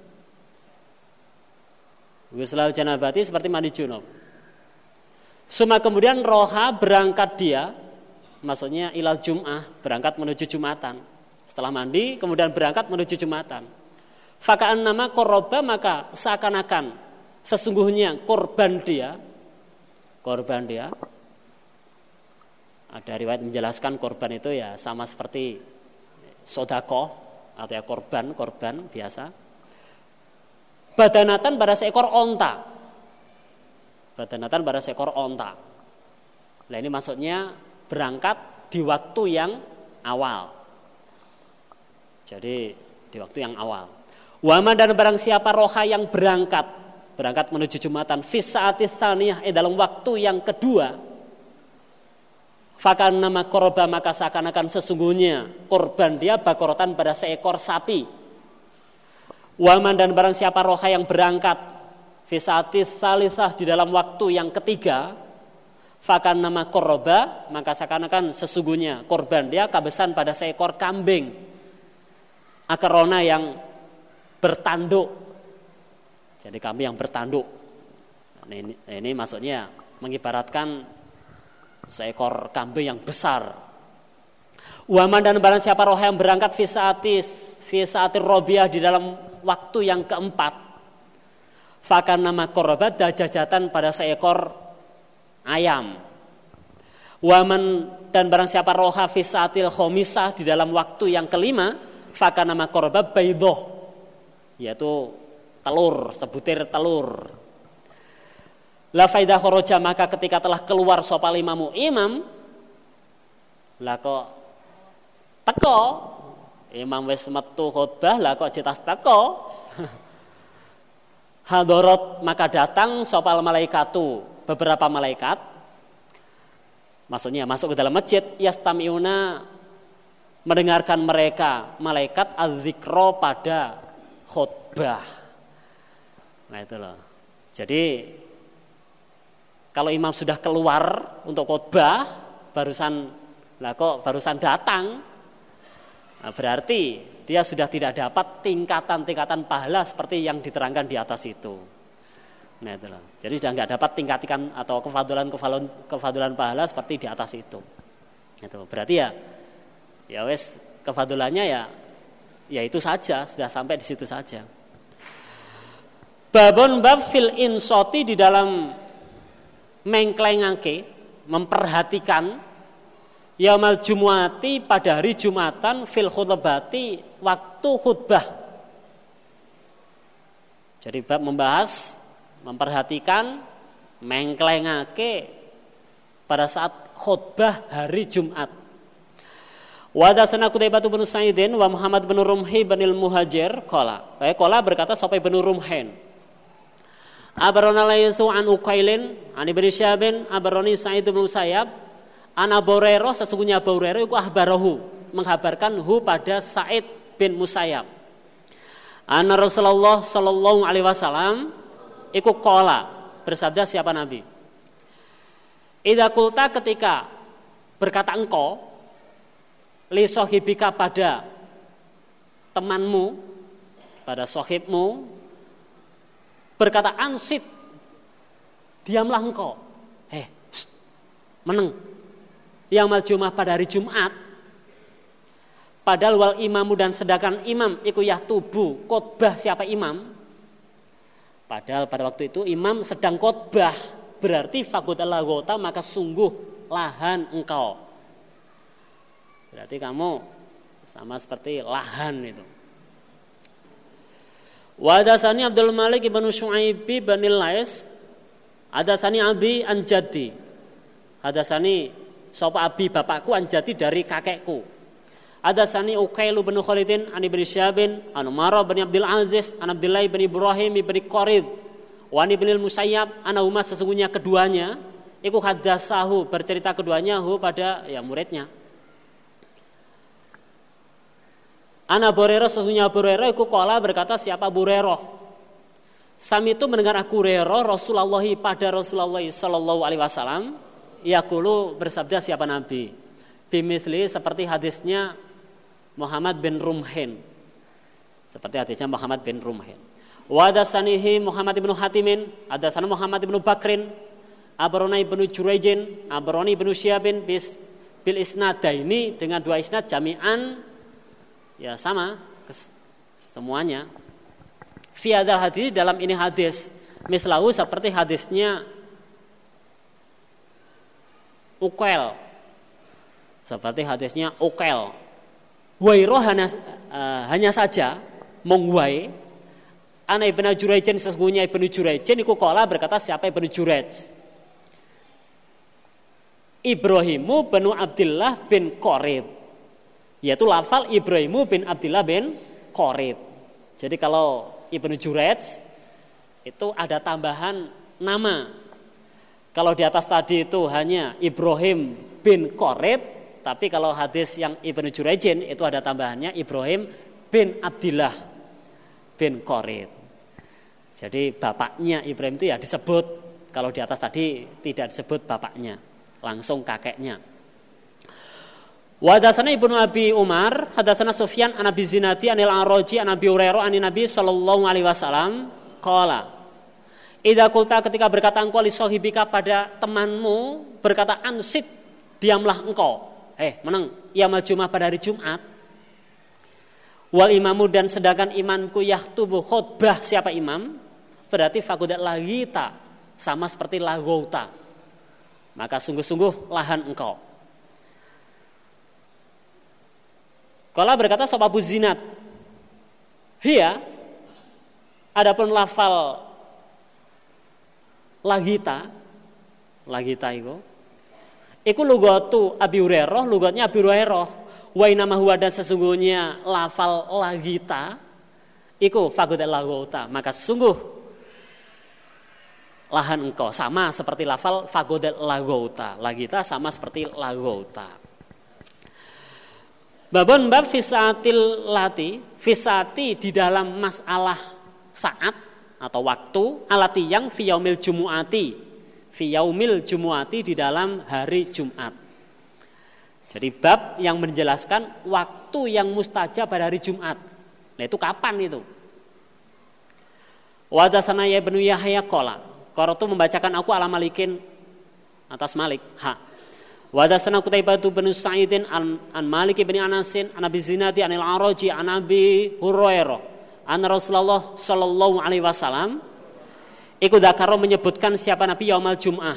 Guslal janabati seperti mandi junub. Suma kemudian roha berangkat dia, maksudnya ilal jum'ah, berangkat menuju Jumatan. Setelah mandi kemudian berangkat menuju Jumatan. Faka'an nama korba, maka seakan-akan sesungguhnya korban dia, korban dia. Ada riwayat menjelaskan korban itu ya sama seperti sodakoh atau ya korban, korban biasa. Badanatan pada seekor onta. Badanatan pada seekor onta. Nah ini maksudnya berangkat di waktu yang awal. Jadi di waktu yang awal. Wama dan barang siapa roha yang berangkat, berangkat menuju Jumatan fis sa'atis tsaniyah eh, dalam waktu yang kedua. Fakan nama korban maka seakan-akan sesungguhnya korban dia bakorotan pada seekor sapi. Waman dan barang siapa roha yang berangkat fisatis salisah di dalam waktu yang ketiga, fakan nama korba maka seakan-akan sesungguhnya korban dia kabesan pada seekor kambing akarona yang bertanduk. Jadi kambing yang bertanduk. Nah, ini, ini maksudnya mengibaratkan seekor kambing yang besar. Waman dan barang siapa roh yang berangkat fisatis fisatir robiah di dalam waktu yang keempat, fakan nama korobat dajajatan pada seekor ayam. Waman dan barang siapa roha fisatil khomisah di dalam waktu yang kelima, fakan nama korobat baidoh, yaitu telur, sebutir telur. La faidah khoroja maka ketika telah keluar sopal imamu imam, lah kok teko imam wis metu khutbah, lah kok cetas teko hadorot maka datang sopal malaikatu beberapa malaikat, maksudnya masuk ke dalam masjid, yastamiuna mendengarkan mereka malaikat az-zikra pada khutbah. Nah itu loh. Jadi kalau imam sudah keluar untuk khutbah, barusan lah kok barusan datang, nah berarti dia sudah tidak dapat tingkatan-tingkatan pahala seperti yang diterangkan di atas itu. Nah itu loh. Jadi sudah nggak dapat tingkatan atau kefadulan kefadulan kefadulan pahala seperti di atas itu. Itu berarti ya, ya wes kefadulannya ya, ya itu saja, sudah sampai di situ saja. Babon bab fil insoti di dalam mengklengake, memperhatikan yaumal jumuati pada hari Jumatan fil khutbati waktu khutbah, Jadi bab membahas, memperhatikan, mengklengake pada saat khutbah hari Jumat. Wa hadatsana Qutaibah bin Sa'idin wa Muhammad bin Rumhi bin al-Muhajir qala. Kayak qala berkata sampai bin Rumhin. Abarana laysu an Uqailin, an Ibnu Syabin, abarani Sa'id bin Musayyab, an Abu Hurairah, sesungguhnya Abu Hurairah iku ahbarahu, menghabarkan hu pada Sa'id bin Musayyab. Anna Rasulullah sallallahu alaihi wasallam iku qala, bersabda siapa Nabi? Idza qulta, ketika berkata engkau li sahibika pada temanmu, pada sahibmu, berkata ansit, diamlah engkau. Eh, pst, meneng. Yang mal Jumat pada hari Jumat. Padahal wal imamu, dan sedangkan imam iku yahtubu, khotbah siapa imam? Padahal pada waktu itu imam sedang khotbah, berarti faqad laghota, maka sungguh lahan engkau. Berarti kamu sama seperti lahan itu. Wa hadatsani Abdul Malik bin Syuaib bin Lais, hadatsani Abi an Jaddi. Hadatsani sapa abi bapakku, an Jaddi dari kakekku. Hadatsani Uqail bin Khalidin an Ibnu Syabin an Umar bin Abdul Aziz an Abdullah bin Ibrahim bin Qarid wa an Ibnu Musayyab ana huma, sesungguhnya keduanya iku haddatsahu, bercerita keduanya hu pada ya muridnya. Ana Abu Hurairah, sesungguhnya Abu Hurairah iku qala, berkata siapa Abu Hurairah, sami itu mendengar Abu Hurairah Rasulullah pada Rasulullah sallallahu alaihi wasallam yaqulu, bersabda siapa Nabi, bimithli, seperti hadisnya Muhammad bin Rumhin, seperti hadisnya Muhammad bin Rumhin. Wa hadatsanihi Muhammad bin Hatimin, hadatsana Muhammad bin Bakrin, abaroni bin Jurayjin, abaroni bin Syabin bis bil isnadaini, dengan dua isnad jami'an, ya sama semuanya. Fi hadzal hadis, dalam ini hadis, mislahu, seperti hadisnya Uqail, seperti hadisnya Uqail. Wairo hanya, uh, hanya saja mengwai ana Ibnu Jurayjin, sesungguhnya Ibnu Jurayjin iku qala, berkata siapa Ibnu Jurayj, Ibrahimu bin Abdullah bin Qarid, yaitu lafal Ibrahimu bin Abdullah bin Qarid. Jadi kalau Ibnu Jurayj itu ada tambahan nama. Kalau di atas tadi itu hanya Ibrahim bin Qarid, tapi kalau hadis yang Ibnu Jurayjin itu ada tambahannya Ibrahim bin Abdullah bin Qarid. Jadi bapaknya Ibrahim itu ya disebut, kalau di atas tadi tidak disebut bapaknya, langsung kakeknya. Wa hadatsana Ibnu Abi Umar, hadatsana Sufyan an Abi Zinadi anil A'raji an Abi Hurairah an Nabi sallallahu alaihi wasallam qala, idza qulta, ketika berkata engkau li sahibika pada temanmu, berkata ansit, diamlah engkau. Eh, menang, yaumul Jumat pada hari Jumat. Wal imamu, dan sedangkan imamku yahtubu, khutbah siapa imam? Berarti faqad laghita, sama seperti laghouta, maka sungguh-sungguh lahan engkau. Kala berkata sapa Abu Zinad, hiya, adapun lafal laghita, laghita itu iku lugatu Abi Hurairah, lugatnya Abi Hurairah. Wa inama huwa, dan sesungguhnya lafal laghita iku faqad laghouta, maka sungguh lahan engkau, sama seperti lafal faqad laghouta. Laghita sama seperti laghouta. Babon bab fisatil lati, fisati di dalam masalah saat atau waktu, alati yang fi yaumil jumu'ati, fi yaumil jumu'ati, di dalam hari Jumat. Jadi bab yang menjelaskan waktu yang mustajab pada hari Jumat. Nah itu kapan itu? Wa hadatsana ya Ibnu Yahya qala, qara'tu, membacakan aku ala Malikin, atas Malik, ha. Wa hadatsana Qutaibah bin Sa'idin an, an Malik bin Anasin an Abi Zinadi anil A'raji an Abi Hurairah an Rasulullah sallallahu alaihi wasallam iku dzakara, menyebutkan siapa Nabi yaumul Jum'ah.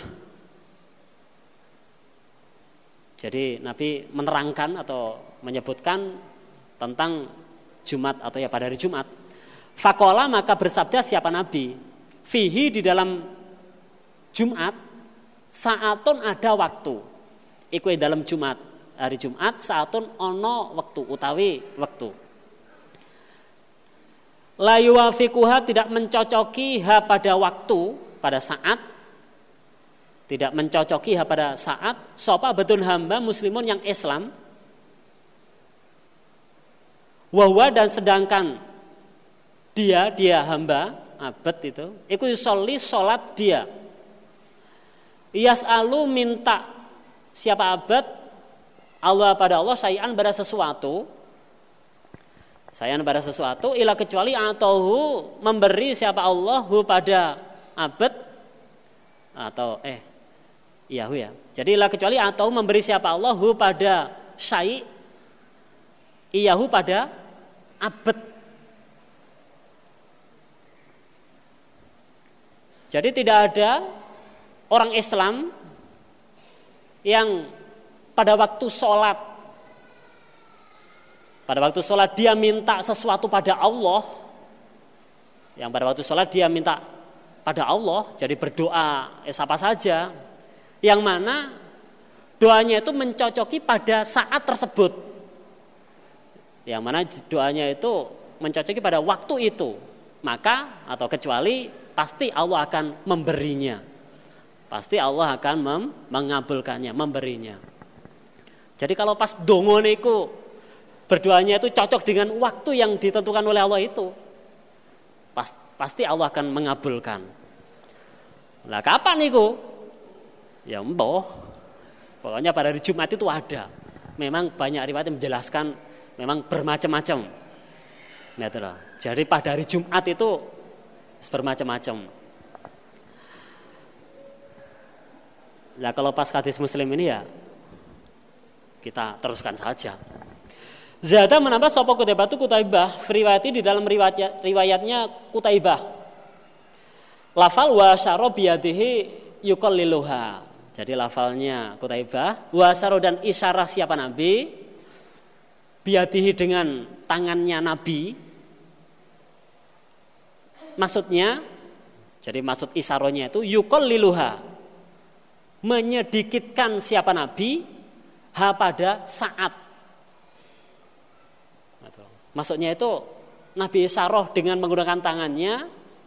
Jadi Nabi menerangkan atau menyebutkan tentang Jumat atau ya pada hari Jumat. Faqala, maka bersabda siapa Nabi, fihi, di dalam Jumat, saatun, ada waktu. Iku dalam Jumat, hari Jumat, saatun ono waktu utawi waktu. La yuwafiquha, tidak mencocoki ha pada waktu, pada saat, tidak mencocoki ha pada saat, sapa betun hamba muslimun yang Islam, wahwa, dan sedangkan dia, dia hamba, abad itu, iku yusolli, sholat dia. Yas'alu, minta siapa abad, Allah pada Allah, sayan pada sesuatu, sayan pada sesuatu, ila kecuali atauhu, memberi siapa Allah hu pada abad, atau eh iyahu ya. Jadi ila kecuali atau memberi siapa Allah hu pada syai, iyahu pada abad. Jadi tidak ada orang Islam yang pada waktu sholat, pada waktu sholat dia minta sesuatu pada Allah, yang pada waktu sholat dia minta pada Allah, jadi berdoa eh, apa saja, yang mana doanya itu mencocoki pada saat tersebut, yang mana doanya itu mencocoki pada waktu itu, maka atau kecuali pasti Allah akan memberinya. Pasti Allah akan mem- mengabulkannya, memberinya. Jadi kalau pas dongone iku berdoanya itu cocok dengan waktu yang ditentukan oleh Allah itu, pas, pasti Allah akan mengabulkan. Lah kapan itu? Ya emboh. Pokoknya pada hari Jumat itu ada. Memang banyak riwayat yang menjelaskan memang bermacam-macam. Nah, itulah. Jadi pada hari Jumat itu bermacam-macam. Nah kalau pas hadis Muslim ini ya kita teruskan saja. Zada menambah sapa Qutaibah tu Qutaibah riwayati, di dalam riwayat, riwayatnya Qutaibah. Lafal wa syara biyadihi yuqalliluha. Jadi lafalnya Qutaibah, wa syara, dan isyarah siapa Nabi, biyadihi, dengan tangannya Nabi. Maksudnya, jadi maksud isaronya itu yuqalliluha, menyedikitkan siapa Nabi ha pada saat. Maksudnya itu Nabi isaroh dengan menggunakan tangannya,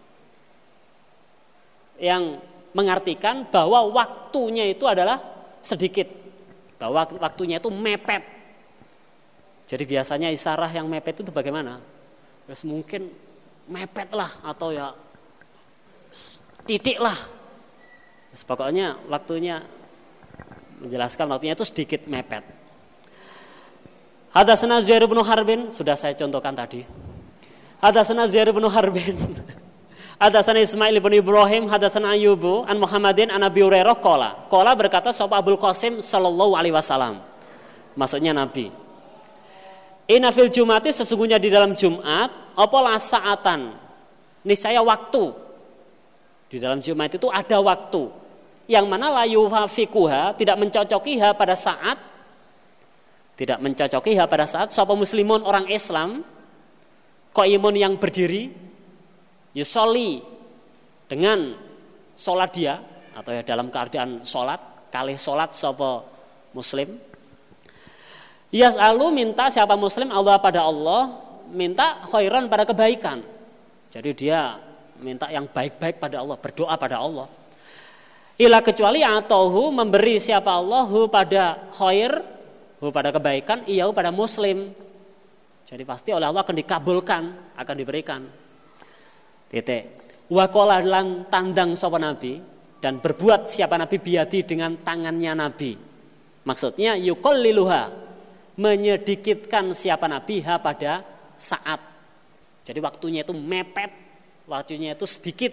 yang mengartikan bahwa waktunya itu adalah sedikit, bahwa waktunya itu mepet. Jadi biasanya isarah yang mepet itu bagaimana? Terus mungkin mepet lah, atau ya titik lah. Pokoknya waktunya, menjelaskan waktunya itu sedikit mepet. Hadatsana Zuhair bin Harbin, sudah saya contohkan tadi. Hadatsana Zuhair bin Harbin. Hadatsana Ismail bin Ibrahim, hadatsana Ayyubu an Muhammadin an Abi Hurairah qala. Qala berkata sapa Abul Qasim sallallahu alaihi wasallam. Maksudnya Nabi. Inna fil Jumati, sesungguhnya di dalam Jumat, apalah saatan, niscaya waktu. Di dalam Jumat itu ada waktu, yang mana la yuwafiquha, tidak mencocokiha pada saat, tidak mencocokiha pada saat sapa muslimun, orang Islam, qaimun, yang berdiri, yusolli, dengan sholat dia, atau ya dalam keadaan sholat, kalih sholat sapa muslim. Yas'alu, minta siapa muslim Allah pada Allah, minta khairan, pada kebaikan. Jadi dia minta yang baik-baik pada Allah, berdoa pada Allah. Ila kecuali atauhu, memberi siapa Allah hu pada khair, hu pada kebaikan, iyahu pada muslim. Jadi pasti oleh Allah akan dikabulkan, akan diberikan. Titik. Wa qala, lan tandang sapa Nabi, dan berbuat siapa Nabi biadi, dengan tangannya Nabi. Maksudnya yuqalliluha, menyedikitkan siapa Nabi ha pada saat. Jadi waktunya itu mepet, waktunya itu sedikit.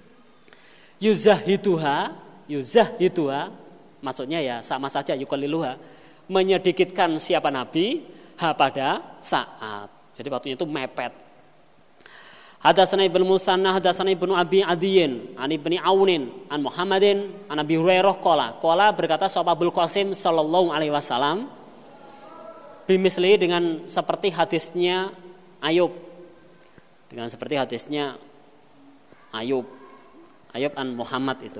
Yuzahiduha, yuzahiduha, maksudnya ya sama saja yuqalliluha, menyedikitkan siapa Nabi ha pada saat. Jadi waktunya itu mepet. Hadatsana Ibnu Musanna, hadatsana Ibnu Abi Adiyin, an Ibni Aunin, an Muhammadin, an Abi Hurairah qala. Qala berkata sapa Abul Qasim sallallahu alaihi wasallam, bimisli, dengan seperti hadisnya Ayub. Dengan seperti hadisnya Ayub. Ayub an Muhammad itu.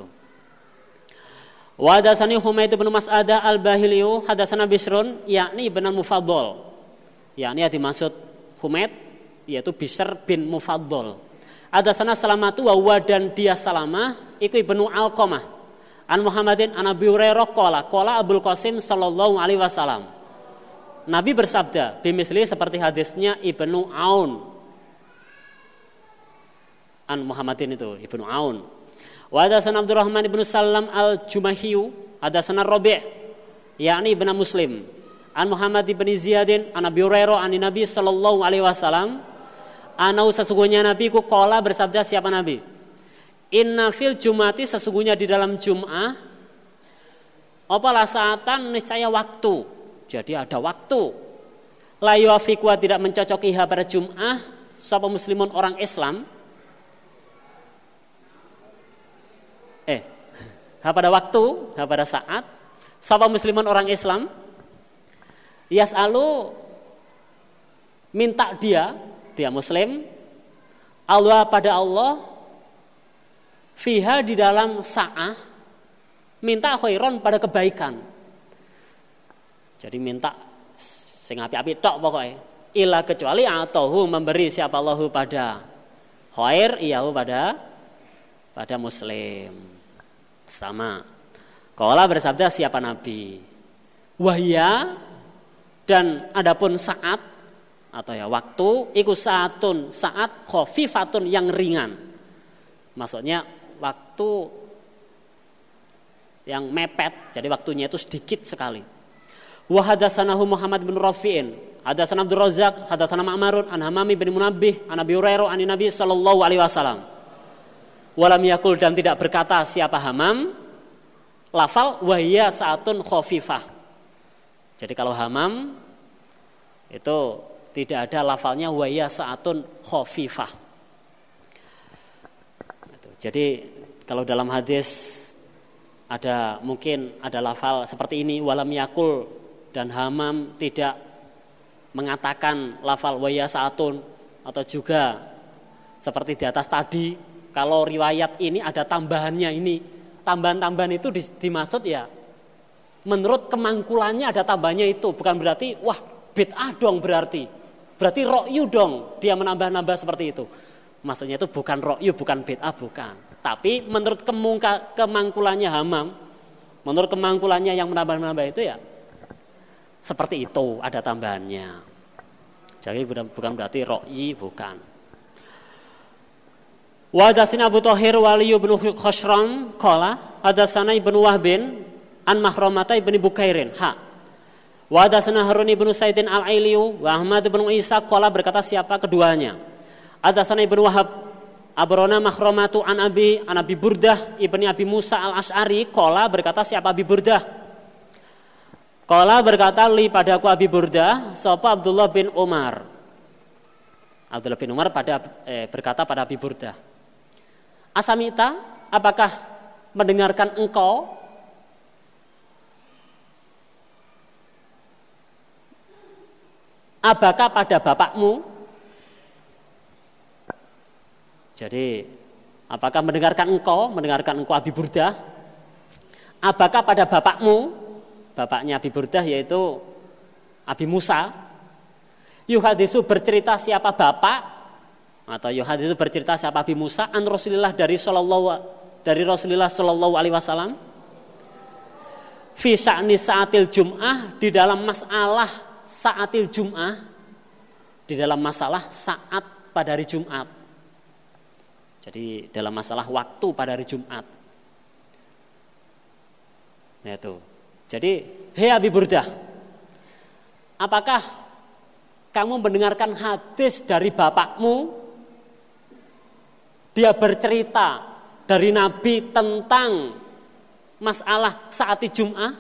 Wa hadatsani Humaid bin Mas'adah al-Bahiliyu hadatsana Bisrun yakni bin Mufaddal. Yakni yang dimaksud Humaid yaitu Bisr bin Mufaddal. Hadatsana Salamatu wa huwa dan dia Salamah iku Ibnu Alqamah. An Muhammadin an Abi Hurairah qala qala Abul Qasim sallallahu alaihi wasallam. Nabi bersabda bimisli seperti hadisnya Ibnu Aun. An Muhammadin itu Ibnu Aun. Wa hadatsana Abdurrahman ibnu Salam al-Jumahiyu hadatsana Rabi' yakni ibnu Muslim an Muhammad ibn Ziyadin an Abi Hurairah an Nabi sallallahu alaihi wasallam anau sesungguhnya Nabi ku qala bersabda siapa Nabi? Inna fil jumati sesungguhnya di dalam Jum'ah apa lasaatan niscaya waktu. Jadi ada waktu. La yuafiqu tidak mencocokiha pada Jum'ah sapa muslimun orang Islam. Eh, ha pada waktu, ha pada saat sapa muslimun orang Islam yas'alu minta dia, dia muslim Allah pada Allah fiha di dalam sa'ah minta khairon pada kebaikan. Jadi minta sing api-api tok pokoknya. Illa kecuali atahu memberi siapa Allahu pada khair iyahu pada pada muslim. Sama. Qala bersabda siapa Nabi? Wahya dan adapun saat atau ya waktu iku saatun saat khafifatun yang ringan. Maksudnya waktu yang mepet. Jadi waktunya itu sedikit sekali. Wa hadatsanahu Muhammad bin Rafi'in, hadatsana Abdul Razzaq, hadatsana Ma'marun an Hamami bin Munabbih an Abi Hurairah an Nabi sallallahu alaihi wasallam. Walam yakul dan tidak berkata siapa Hamam lafal wahya saatun khafifah. Jadi kalau Hamam itu tidak ada lafalnya wahya saatun khafifah. Jadi kalau dalam hadis ada mungkin ada lafal seperti ini walam yakul dan Hamam tidak mengatakan lafal wahya saatun atau juga seperti di atas tadi. Kalau riwayat ini ada tambahannya ini, tambahan-tambahan itu dimaksud ya menurut kemangkulannya ada tambahannya itu, bukan berarti wah bid'ah dong berarti. Berarti rokyu dong dia menambah-nambah seperti itu. Maksudnya itu bukan rokyu, bukan bid'ah, bukan. Tapi menurut kemungka, kemangkulannya Hamam, menurut kemangkulannya yang menambah-nambah itu ya seperti itu ada tambahannya. Jadi bukan berarti rokyi, bukan. Wa hadatsana Abu Thahir Wali bin Khashram qala hadatsana Ibnu Wahbin an Mahramata ibn Bukairin ha wa hadatsana Harun ibn Saidin al-Ailiyu wa Ahmad ibn Isa qala berkata siapa keduanya hadatsana Ibnu Wahab abrona Mahramatu an Abi an Abi Burdah ibni Abi Musa al-Asy'ari qala berkata siapa Abi Burdah qala berkata li padaku Abi Burdah sapa Abdullah bin Umar Abdullah bin Umar pada eh, berkata pada Abi Burdah Asamita, apakah mendengarkan engkau abaka pada bapakmu? Jadi, apakah mendengarkan engkau, mendengarkan engkau Abi Burdah? Abaka pada bapakmu? Bapaknya Abi Burdah yaitu Abi Musa. Yuhadisu bercerita siapa bapak? Atau Yohadis itu bercerita siapa Abi Musa an Rasulillah dari sallallahu dari Rasulullah sallallahu alaihi wasallam fi sya'ni saatil jum'ah di dalam masalah saatil jum'ah di dalam masalah saat pada hari Jumat. Jadi dalam masalah waktu pada hari Jumat. Nah itu. Jadi hei Abi Burdah, apakah kamu mendengarkan hadis dari bapakmu? Dia bercerita dari Nabi tentang masalah saat Jum'ah.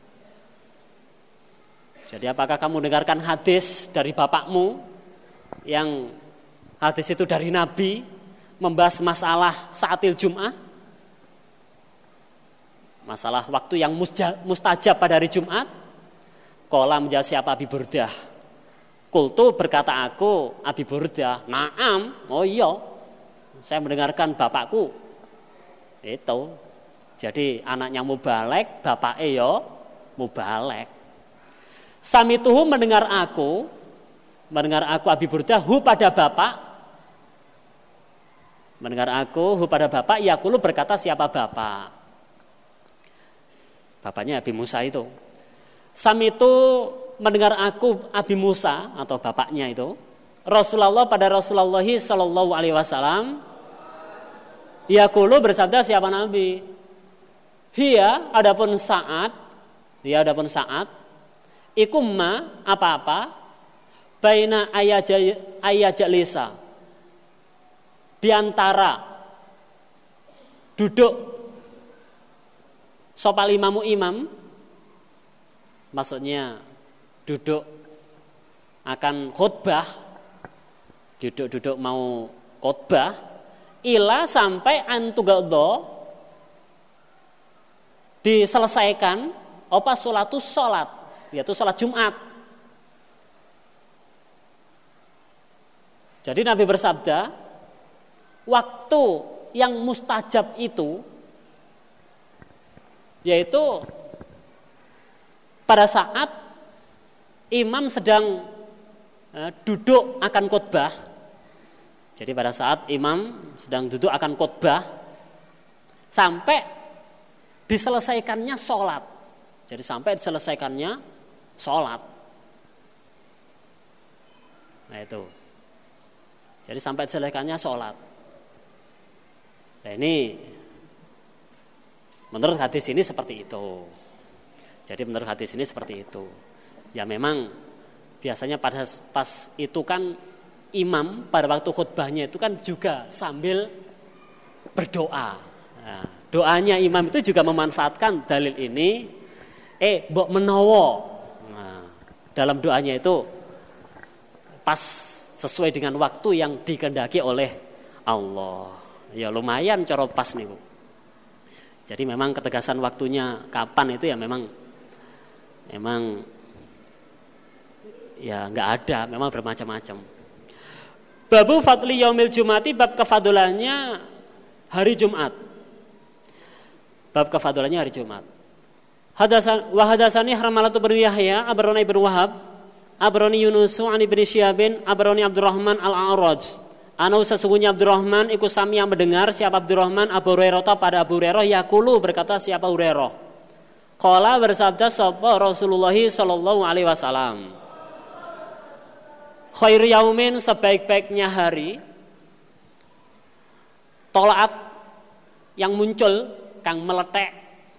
Jadi apakah kamu dengarkan hadis dari bapakmu yang hadis itu dari Nabi membahas masalah saatil Jum'ah? Masalah waktu yang mustajab pada hari Jumat? Qala menjawab siapa Abi Burdah. Qultu berkata aku Abi Burdah, "Na'am." Oh iya. Saya mendengarkan bapakku. Itu. Jadi anaknya mubalek, bapaknya ya mubalek. Samituhu mendengar aku, mendengar aku Abi Burdah hu pada bapak. Mendengar aku hu pada bapak, yaqulu berkata siapa bapak? Bapaknya Abi Musa itu. Samitu mendengar aku Abi Musa atau bapaknya itu. Rasulullah pada Rasulullah sallallahu alaihi wasallam yaqulu bersabda siapa Nabi? Hiya adapun saat, dia adapun saat ikumma apa-apa baina ayajalisa di antara duduk sopal imamu imam, maksudnya duduk akan khutbah, duduk-duduk mau khutbah, ila sampai antugaldo diselesaikan apa sholatus sholat, yaitu sholat Jumat. Jadi Nabi bersabda, waktu yang mustajab itu yaitu pada saat imam sedang eh, duduk akan khutbah. Jadi pada saat imam sedang duduk akan khutbah sampai diselesaikannya sholat. Jadi sampai diselesaikannya sholat. Nah itu. Jadi sampai diselesaikannya sholat. Nah ini menurut hadis ini seperti itu. Jadi menurut hadis ini seperti itu. Ya memang biasanya pada pas itu kan imam pada waktu khutbahnya itu kan juga sambil berdoa. Nah, doanya imam itu juga memanfaatkan dalil ini. Eh, mbok menawa. Nah, dalam doanya itu pas sesuai dengan waktu yang dikehendaki oleh Allah. Ya lumayan cara pas nih Bu. Jadi memang ketegasan waktunya kapan itu ya memang memang ya nggak ada, memang bermacam-macam. Babu fadli yaumil jumati, bab kefadulannya hari Jumat. Bab kefadulannya hari Jumat. Hadasan wa hadasani Harmalatu bin Yahya, Abroni bin Wahab, Abroni Yunusu an ibni Syihab, Abroni Abdurrahman al-A'raj. Anu sesungguhnya Abdurrahman ikut sami yang mendengar siapa Abdurrahman Abu Hurairah pada Abu Hurairah yaqulu berkata siapa Hurairah. Qala bersabda sapa Rasulullah sallallahu alaihi wasallam. Khairu yaumin sebaik-baiknya hari tolaat yang muncul kang meletek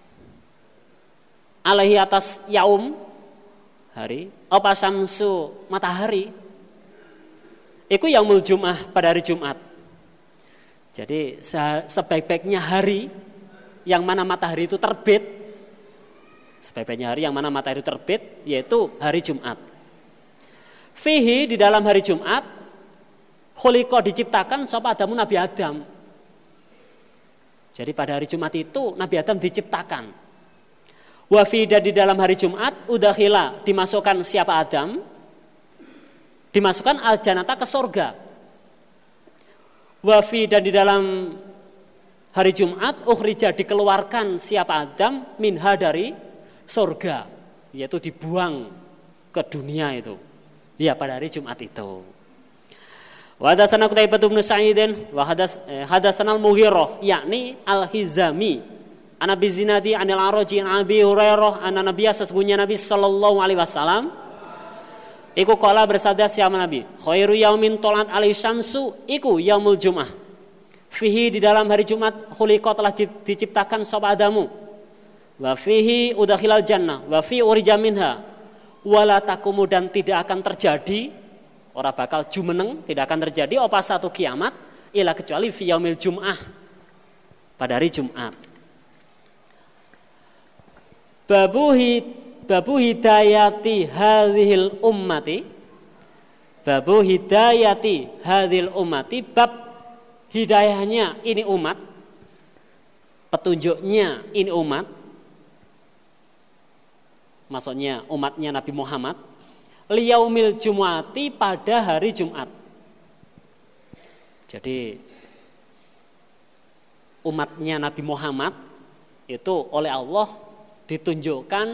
alaihi atas yaum hari apa samsu matahari iku yaumul Jum'ah pada hari Jumat. Jadi sebaik-baiknya hari yang mana matahari itu terbit, sebaik-baiknya hari yang mana matahari itu terbit yaitu hari Jumat. Fihi di dalam hari Jumat khuliqa diciptakan sapa Adamu Nabi Adam. Jadi pada hari Jumat itu Nabi Adam diciptakan. Wa fi di dalam hari Jumat udakhila dimasukkan siapa Adam? Dimasukkan al-janata ke surga. Wa fi dan di dalam hari Jumat ukhrija dikeluarkan siapa Adam minha dari surga, yaitu dibuang ke dunia itu. Ya pada hari Jumat itu. Wa hadatsana Qutaibah bin Sa'id wa hadas hadatsana al-Mughirah yakni al-Hizami an Abi Zinadi anil Araji an Abi Hurairah anna Nabiya sesungguhnya Nabi sallallahu alaihi wasallam iku qala bersabda siapa Nabi, khairu yaumin tolat alaihi syamsu iku yaumul Jum'ah. Fihi di dalam hari Jumat khuliqa telah diciptakan sapa Adamu. Wa fihi udakhilal jannah wa fi urija minha wala takumu dan tidak akan terjadi ora bakal jumeneng, tidak akan terjadi apa satu kiamat ila kecuali fi yaumil Jum'ah pada hari Jumat. Babuhi Babu hidayati hadhil ummati, babu hidayati hadhil ummati, bab hidayahnya ini umat, petunjuknya ini umat, maksudnya umatnya Nabi Muhammad. liyaumil jumu'ati pada hari Jumat. Jadi umatnya Nabi Muhammad itu oleh Allah ditunjukkan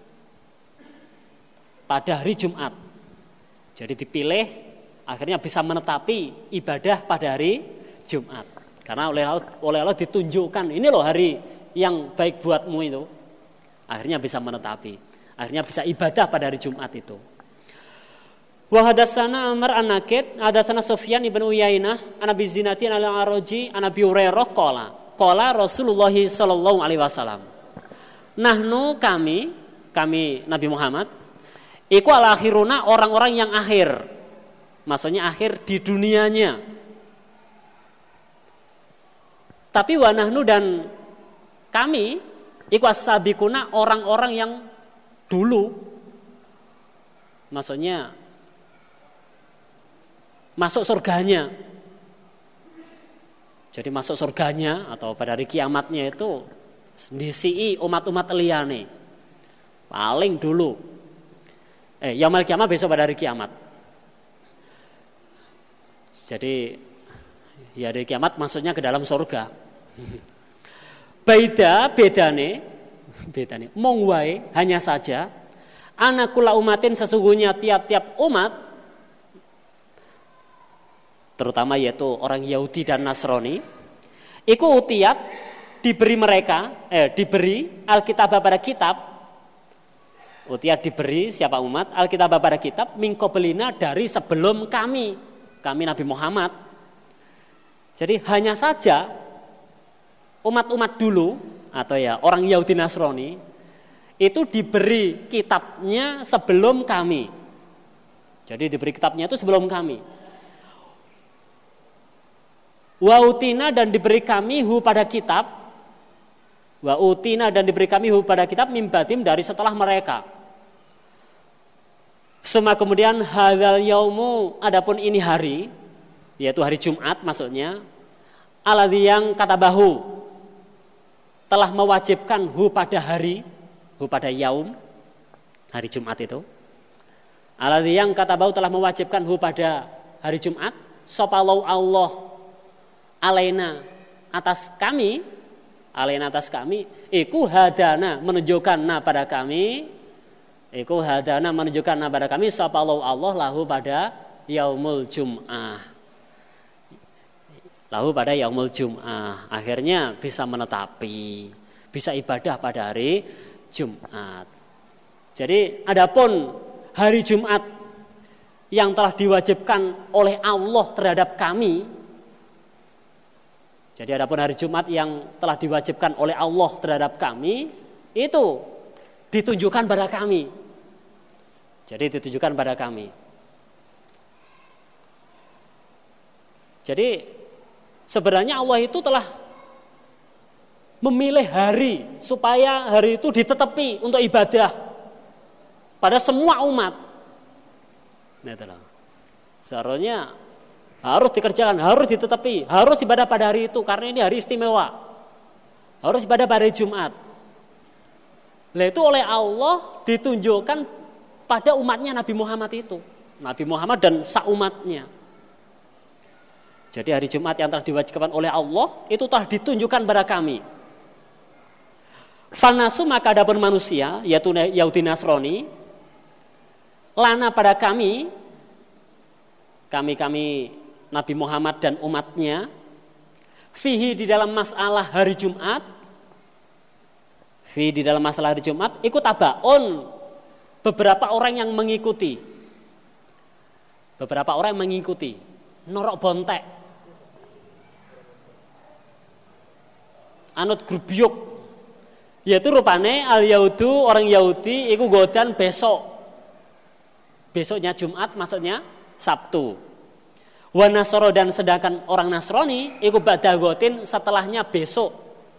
pada hari Jumat. Jadi dipilih akhirnya bisa menetapi ibadah pada hari Jumat. Karena oleh Allah, oleh Allah ditunjukkan ini loh hari yang baik buatmu itu. Akhirnya bisa menetapi. Akhirnya bisa ibadah pada hari Jumat itu. Wa hadatsana Amr an-Nakid, hadatsana Sufyan ibn Uyainah, an Abi Zinati al-Araji, an Abi Hurairah qala, qala Rasulullah sallallahu alaihi wasallam. Nahnu kami, kami Nabi Muhammad, iku al-akhiruna orang-orang yang akhir. Maksudnya akhir di dunianya. Tapi wa nahnu dan kami iku as-sabiquna orang-orang yang dulu. Maksudnya masuk surganya. Jadi masuk surganya atau pada hari kiamatnya itu disi umat-umat liyane. Paling dulu. Eh, yaumul kiamat besok pada hari kiamat. Jadi ya hari kiamat maksudnya ke dalam surga. Beda bedane, bedane mong wae hanya saja anakula umatin sesungguhnya tiap-tiap umat terutama yaitu orang Yahudi dan Nasrani, iku utiyat diberi mereka, eh, diberi Alkitab pada kitab, utiyat diberi siapa umat Alkitab pada kitab mingkobelina dari sebelum kami, kami Nabi Muhammad. Jadi hanya saja umat-umat dulu atau ya orang Yahudi Nasrani itu diberi kitabnya sebelum kami. Jadi diberi kitabnya itu sebelum kami. Wa utina dan diberi kami hu pada kitab. Wa utina dan diberi kami hu pada kitab mimbatim dari setelah mereka. Semua kemudian hadzal yaumu adapun ini hari yaitu hari Jumat maksudnya alladzi yang katabahu telah mewajibkan hu pada hari hu pada yaum hari Jumat itu. Alladzi yang katabahu telah mewajibkan hu pada hari Jumat sopalau Allah alaina atas kami, alaina atas kami, iku hadana menunjukkan na pada kami, iku hadana menunjukkan na pada kami, sapallahu Allah lahu pada yaumul jum'ah, lahu pada yaumul jum'ah, akhirnya bisa menetapi, bisa ibadah pada hari Jumat. Jadi adapun hari Jumat yang telah diwajibkan oleh Allah terhadap kami. Jadi adapun hari Jumat yang telah diwajibkan oleh Allah terhadap kami itu ditunjukkan pada kami. Jadi ditunjukkan pada kami. Jadi sebenarnya Allah itu telah memilih hari supaya hari itu ditetepi untuk ibadah pada semua umat. Nah, itulah. Seharusnya harus dikerjakan, harus ditetapi, harus ibadah pada hari itu karena ini hari istimewa. Harus ibadah pada hari Jumat. Lah itu oleh Allah ditunjukkan pada umatnya Nabi Muhammad itu. Nabi Muhammad dan saumatnya. Jadi hari Jumat yang telah diwajibkan oleh Allah itu telah ditunjukkan pada kami. Fanasu maka adapun manusia yaitu Yahudi Nasrani lana pada kami kami-kami Nabi Muhammad dan umatnya fihi di dalam masalah hari Jumat fihi di dalam masalah hari Jumat ikut tabaun beberapa orang yang mengikuti beberapa orang yang mengikuti norok bontek anut grubyuk yaitu rupane al Yahudu orang Yahudi iku godan besok besoknya Jumat maksudnya Sabtu. Wa Nasoro dan sedangkan orang Nasrani iku badagotin setelahnya besok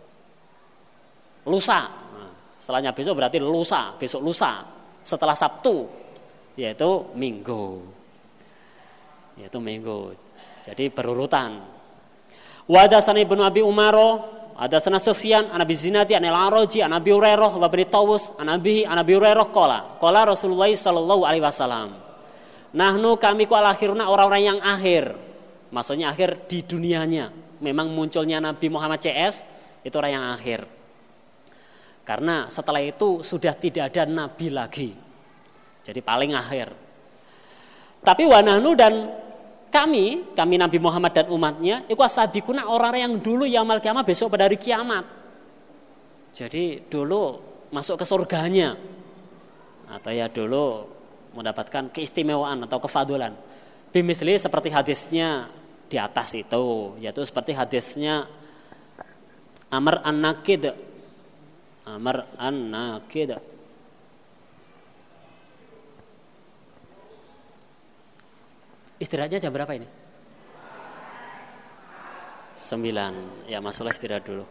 lusa. Nah, setelahnya besok berarti lusa, besok lusa setelah Sabtu yaitu Minggu. Yaitu Minggu. Jadi berurutan. Wa hadatsana Ibnu Abi Umaro, hadatsana Sufyan, an Abi Zinati, an Al-Araji, an Abi Hurairah wa Ibnu Tawus, an Abi an Abi Hurairah qala, qala Rasulullah sallallahu alaihi wasallam. Nahnu kami ku al-akhiruna orang-orang yang akhir. Maksudnya akhir di dunianya. Memang munculnya Nabi Muhammad C S itu orang yang akhir. Karena setelah itu sudah tidak ada nabi lagi. Jadi paling akhir. Tapi wa nahnu dan kami, kami Nabi Muhammad dan umatnya, iku asabikuna orang-orang yang dulu yaumul kiamah besok pada hari kiamat. Jadi dulu masuk ke surganya. Atau ya dulu mendapatkan keistimewaan atau kefadulan. Bimisli seperti hadisnya di atas itu, yaitu seperti hadisnya Amr an-Nakid. Amr an-Nakid. Istirahatnya jam berapa ini? Sembilan. Ya, masalah istirahat dulu.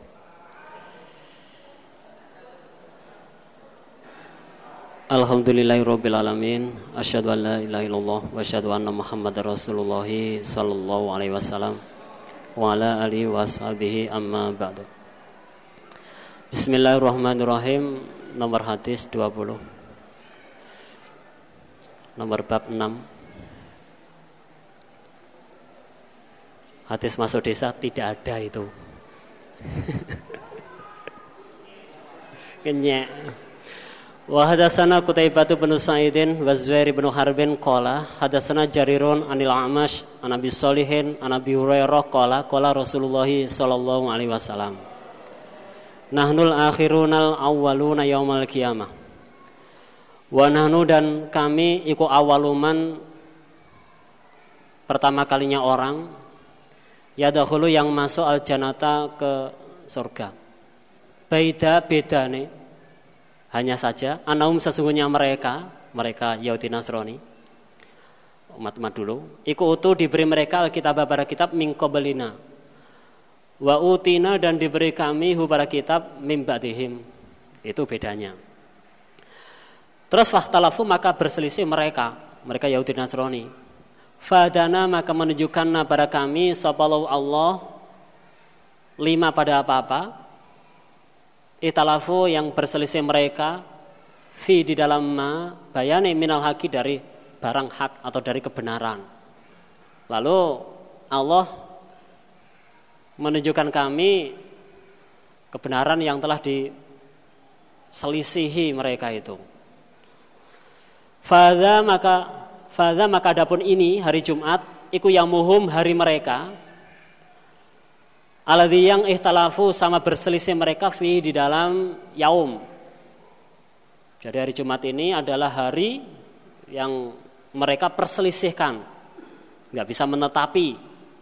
Alhamdulillahirabbil alamin, asyhadu an la ilaha illallah wa asyhadu anna Muhammadar Rasulullah sallallahu alaihi wasallam wa ala alihi washabihi amma ba'du. Bismillahirrahmanirrahim. Nomor hadis dua puluh. Nomor bab enam. Hadis masuk desa tidak ada itu. Kenyek. Wa hadatsana Qutaibah bin Sa'idin wa Zuhair bin Harbin qala hadatsana Jarirun anil A'mash an Abi Shalihin an Abi Hurairah qala qala Rasulullah sallallahu alaihi wasallam nahnul akhirunal awwaluna yaumal qiyamah wa nahnu dan kami iku awaluman pertama kalinya orang yadkhulu yang masuk al jannata ke surga. Baida bedane hanya saja anaum sesungguhnya mereka, mereka Yahudi Nasrani, umat-umat dulu, iku utuh diberi mereka alkitab para kitab min qablina. Wa utina dan diberi kami hu para kitab min ba'dihim. Itu bedanya. Terus fahtalafu maka berselisih mereka, mereka Yahudi Nasrani. Fadana maka menunjukkan pada kami sapallahu Allah lima pada apa-apa. Italafu yang berselisih mereka fi di dalam ma bayani minal haqi dari barang hak atau dari kebenaran. Lalu Allah menunjukkan kami kebenaran yang telah diselisihi mereka itu. Fadha maka Fadha maka adapun ini hari Jumat iku yang muhum hari mereka alladzi yang ikhtalafu sama berselisih mereka fi di dalam yaum. Jadi hari Jumat ini adalah hari yang mereka perselisihkan, nggak bisa menetapi.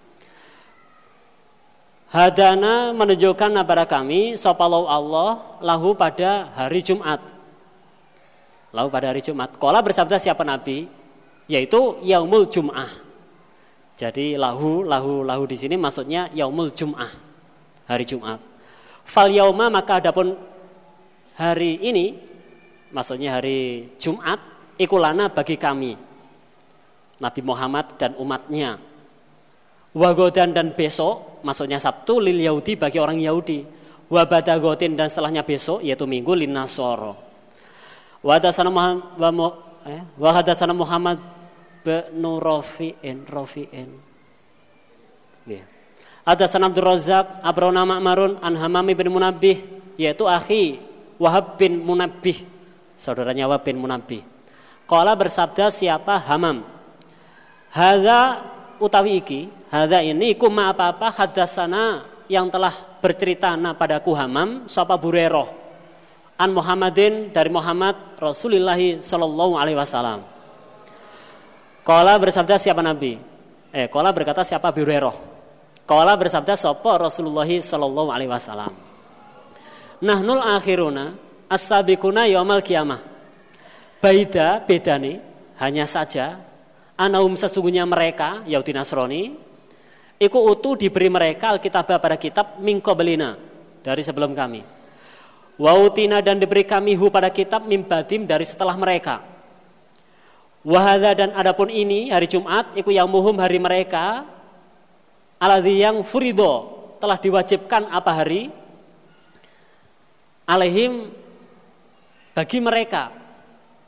Hadana menunjukkan kepada kami sopalau Allah lahu pada hari Jumat. Lahu pada hari Jumat. Qala bersabda siapa Nabi? Yaitu yaumul Jum'ah. Jadi lahu lahu lahu di sini maksudnya yaumul Jum'ah, hari Jumat. Fal yauma maka adapun hari ini maksudnya hari Jumat ikulana bagi kami Nabi Muhammad dan umatnya. Wagodan dan besok maksudnya Sabtu lil Yahudi bagi orang Yahudi. Wabadagotin dan setelahnya besok yaitu Minggu lin Nasoro. Wa hadatsana Muhammad eh, wa hadatsana Muhammad bin Rafi'in Rafi'in. Ya. Hadatsana Abdul Razzaq abrona Ma'marun an Hamam bin Munabbih yaitu akhi Wahab bin Munabbih, saudaranya Wahab bin Munabbih. Qala bersabda siapa Hamam? Hadza utawi iki, hadza ini iku ma apa-apa hadatsana yang telah bercerita na padaku Hamam sapa Hurairah an Muhammadin dari Muhammad Rasulullah sallallahu alaihi wasallam. Qala bersabda siapa Nabi? Eh, qala berkata siapa Abu Hurairah? Qala bersabda sapa Rasulullah sallallahu alaihi wasallam. Nahnul akhiruna as-sabiquna yaumal qiyamah. Baida bedane hanya saja anaum sesungguhnya mereka Yahudi Nasrani iku utuh diberi mereka alkitab pada kitab min qablina dari sebelum kami. Wa utina dan diberi kami hu pada kitab min badim dari setelah mereka. Wahada dan adapun ini hari Jumat iku yaumuhum hari mereka alladzi yang furido telah diwajibkan apa hari alaihim bagi mereka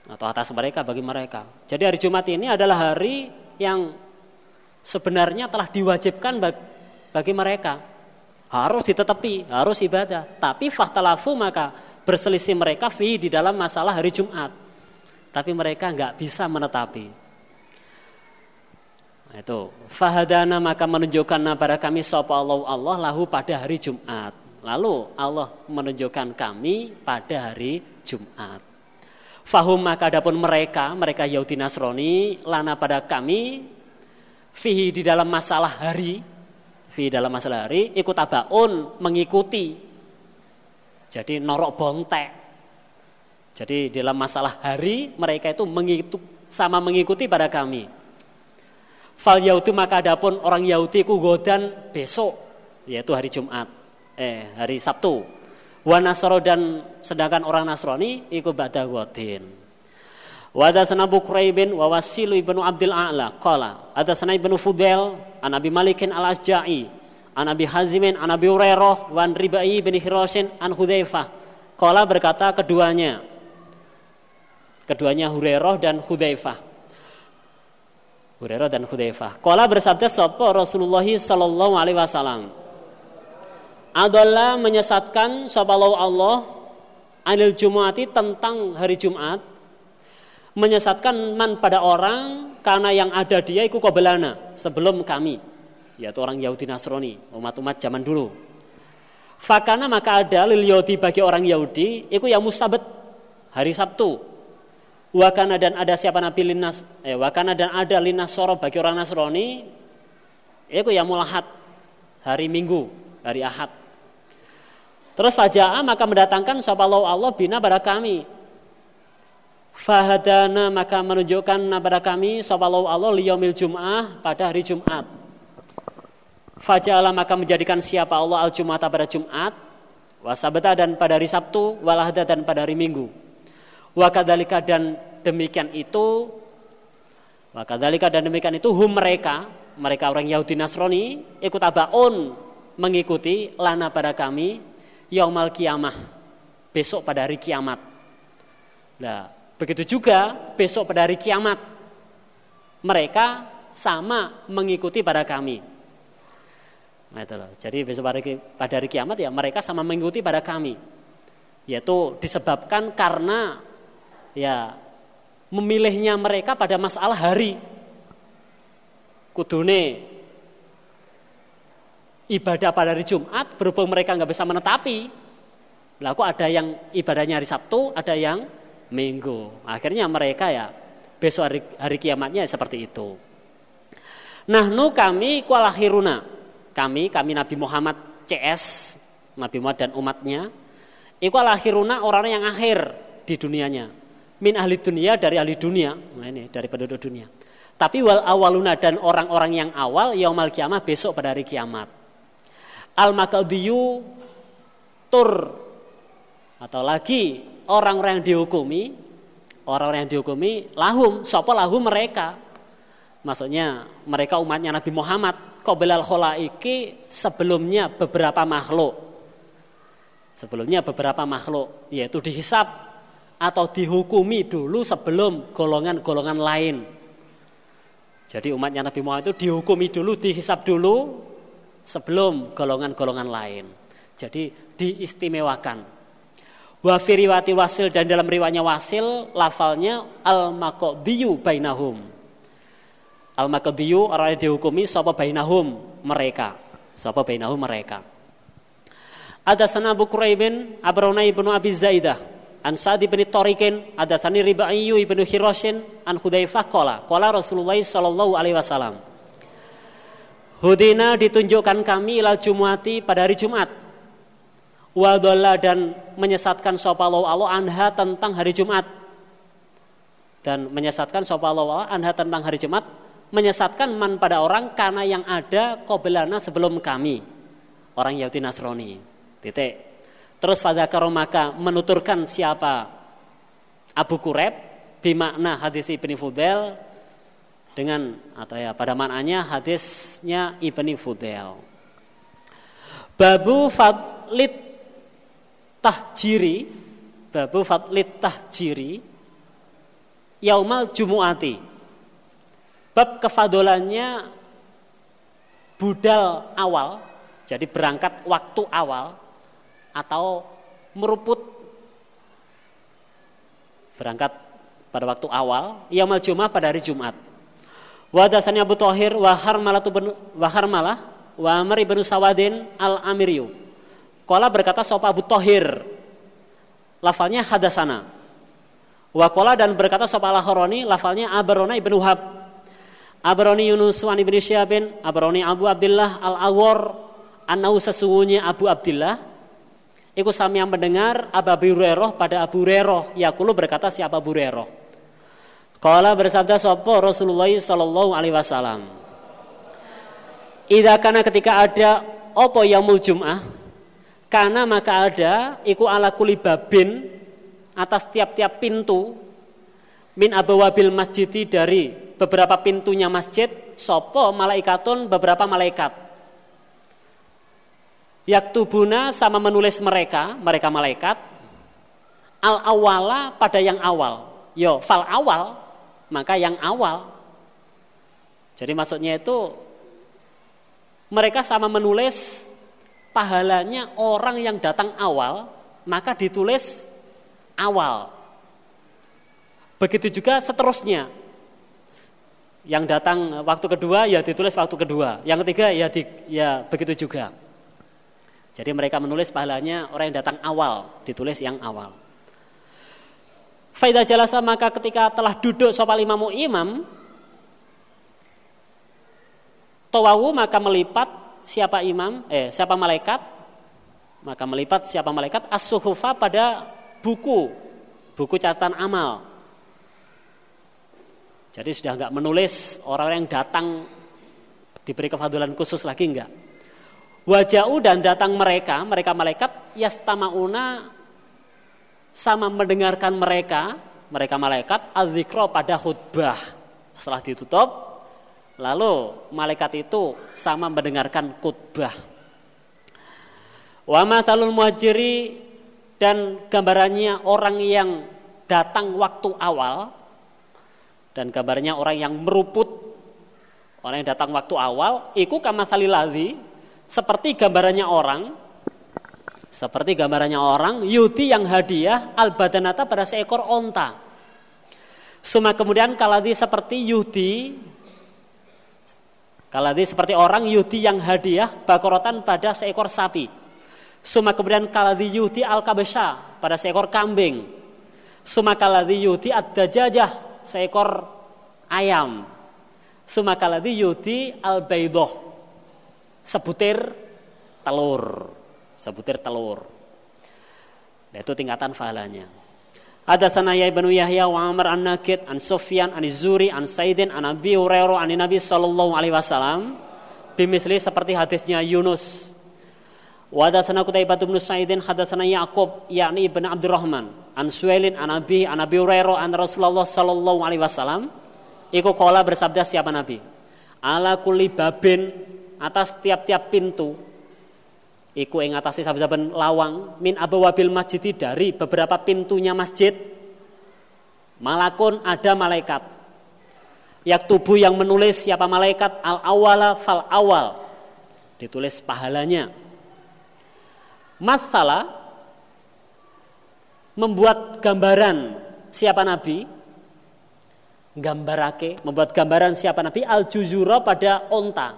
atau atas mereka bagi mereka. Jadi hari Jumat ini adalah hari yang sebenarnya telah diwajibkan bagi mereka. Harus ditetapi, harus ibadah. Tapi fahtalafu maka berselisih mereka fi di dalam masalah hari Jumat. Tapi mereka enggak bisa menetapi. Nah, itu fahadana maka menunjukkan kepada kami sapa Allah Allah lahu pada hari Jumat. Lalu Allah menunjukkan kami pada hari Jumat. Fahum maka adapun mereka, mereka Yahudi Nasrani, lana pada kami fihi di dalam masalah hari, fihi dalam masalah hari, ikut tabaun mengikuti. Jadi norok bontek. Jadi dalam masalah hari mereka itu mengikuti, sama mengikuti pada kami. Fal Yahudi maka adapun orang Yahudi ku godan besok, yaitu hari Jumat, eh hari Sabtu. Wa Nasro dan sedangkan orang Nasrani iku ba'da wadin. Wa hadatsana Bukraibin wa Wasilu ibnu Abdul A'la qala hadatsana ibnu Fudail an Abi Malikin al-Asja'i an Abi Hazimin an Abi Hurairah wa an Ribai bin Hirashin an Hudzaifah qala berkata keduanya keduanya Hurairah dan Hudzaifah Hurairah dan Hudzaifah qala bersabda sapa Rasulullah sallallahu alaihi wasallam Adalla menyesatkan sahabat Allah anil Jumu'ati tentang hari Jumat, menyesatkan man pada orang karena yang ada dia iku qoblana sebelum kami, yaitu orang Yahudi Nasrani, umat-umat zaman dulu. Fakana maka ada lil Yahudi bagi orang Yahudi iku yang musabat hari Sabtu. Wakana dan ada siapa nabi linas eh wakana dan ada linasoro bagi orang Nasrani iku yang mulahat hari Minggu, hari Ahad. Terus faja'a maka mendatangkan sapa Allah bina pada kami. Fahadana maka menunjukkan pada kami sapa Allah liyaumil Jum'ah pada hari Jumat. Faja'ala maka menjadikan siapa Allah al-Jum'at pada Jumat, wasabata dan pada hari Sabtu, walahda dan pada hari Minggu. Wa kadzalika dan demikian itu wa kadzalika dan demikian itu hum mereka, mereka orang Yahudi Nasrani ikut tabaun mengikuti lana pada kami yaumal kiamah, besok pada hari kiamat. Nah, begitu juga besok pada hari kiamat mereka sama mengikuti pada kami. Nah, itu loh. Jadi besok pada hari, pada hari kiamat ya mereka sama mengikuti pada kami. Yaitu disebabkan karena ya memilihnya mereka pada masalah hari. Kudune ibadah pada hari Jumat berhubung mereka nggak bisa menetapi, lah kok ada yang ibadahnya hari Sabtu, ada yang Minggu. Akhirnya mereka ya besok hari, hari kiamatnya seperti itu. Nah, nu kami kualahiruna, kami kami Nabi Muhammad C S, Nabi Muhammad dan umatnya, kualahiruna orang yang akhir di dunianya, min ahli dunia dari ahli dunia, nah ini dari penduduk dunia. Tapi wal awaluna dan orang-orang yang awal yaumal kiamah besok pada hari kiamat. Al-Makadiyu tur atau lagi orang-orang yang dihukumi, orang-orang yang dihukumi lahum, sapa lahum mereka. Maksudnya mereka umatnya Nabi Muhammad qoblal khalaiki sebelumnya beberapa makhluk. Sebelumnya beberapa makhluk yaitu dihisab atau dihukumi dulu sebelum golongan-golongan lain. Jadi umatnya Nabi Muhammad itu dihukumi dulu, dihisab dulu sebelum golongan-golongan lain. Jadi diistimewakan. Wa fi riwayati Wasil dan dalam riwayatnya Wasil lafalnya al-maqdiyu bainahum. Al-maqdiyu orang yang dihukumi sapa bainahum mereka. Sapa bainahum mereka. Ada sana Abu Quraibin Abrona ibnu Abi Zaidah an Sa'd bin Tariqin ada sani Ribai ibnu Hirashin an Hudzaifah qala qala Rasulullah sallallahu alaihi wasallam Hudina ditunjukkan kami ilal Jumu'ati pada hari Jumat. Wadalla dan menyesatkan sapa Allah anha tentang hari Jumat. Dan menyesatkan sapa Allah anha tentang hari Jumat, menyesatkan man pada orang karena yang ada qoblana sebelum kami. Orang Yahudi Nasrani. Titik. Terus fadzakara maka menuturkan siapa Abu Quraib bimakna hadis Ibnu Fudail dengan atau ya pada maknanya hadisnya Ibnu Fudail. Babu fadlit tahjiri, babu fadlit tahjiri yaumal jumu'ati. Bab kefadolannya budal awal, jadi berangkat waktu awal atau meruput berangkat pada waktu awal yaumal jumu'ah pada hari Jumat. Wa hadatsani Abu Thahir wa Harmalah wa Harmalah wa Amr ibn Sawadin al-Amiriyu. Qala berkata sapa Abu Thahir, lafalnya hadasana. Wa qala dan berkata sapa Al-Harani, lafalnya Abarona ibn Wahab. Abaroni Yunus wa ibn Syihab, Abaroni Abu Abdullah al-Awwar, annahu sesungguhnya Abu Abdullah iku sami yang mendengar Abu Hurairah pada Abu Hurairah yaqulu berkata siapa Abu Hurairah. Qala bersabda sapa Rasulullah sallallahu alaihi wasallam. Idza kana ketika ada apa yaumul Jum'ah, kana maka ada iku ala kulli babin atas tiap-tiap pintu min abwabil masjidi dari beberapa pintunya masjid sopo malaikatun beberapa malaikat yaktubuna sama menulis mereka mereka malaikat al awala pada yang awal yo fal awal maka yang awal. Jadi maksudnya itu mereka sama menulis pahalanya orang yang datang awal maka ditulis awal. Begitu juga seterusnya. Yang datang waktu kedua ya ditulis waktu kedua. Yang ketiga ya di, ya begitu juga. Jadi mereka menulis pahalanya orang yang datang awal, ditulis yang awal. Fa idza jalasa maka ketika telah duduk sapa imamu imam tawawu maka melipat siapa imam eh siapa malaikat maka melipat siapa malaikat as-suhufa pada buku, buku catatan amal. Jadi sudah enggak menulis orang yang datang diberi kefadulan khusus lagi enggak. Waja'u dan datang mereka, mereka malaikat yastama'una sama mendengarkan mereka, mereka malaikat az-zikra pada khutbah. Setelah ditutup, lalu malaikat itu sama mendengarkan khutbah. Wa matsalul muhajiri dan gambarannya orang yang datang waktu awal dan gambarnya orang yang meruput orang yang datang waktu awal iku kamatsalil ladzi seperti gambarannya orang seperti gambarannya orang yuti yang hadiah al badanata pada seekor onta. Suma kemudian kaladzi seperti yuti kaladzi seperti orang yuti yang hadiah bakorotan pada seekor sapi. Suma kemudian kaladzi yuti al-kabsha pada seekor kambing. Suma kaladzi yuti ad-dajajah seekor ayam. Suma kaladzi yuti al-baidah sebutir telur, sebutir telur. Nah, itu tingkatan pahalanya. Hadatsana Yahya ibnu Yahya wa Amr an-Nakid an Sufyan an Zuri an Saidin an Abi Hurairah an Nabi sallallahu alaihi wasallam bimisli seperti hadisnya Yunus. Wa hadatsana Qutaibah bin Sa'idin hadatsana Yaqub yakni ibnu Abdurrahman an Suwailin an Abi an Abi Hurairah an Rasulullah sallallahu alaihi wasallam iku qala bersabda siapa Nabi ala kulli babin atas tiap-tiap pintu iku ing atase saben-saben lawang min abwabil masjid dari beberapa pintunya masjid malakun ada malaikat yaktubu yang menulis siapa malaikat al awala fal awal ditulis pahalanya. Masalah membuat gambaran siapa Nabi, gambarake membuat gambaran siapa Nabi al juzura pada onta.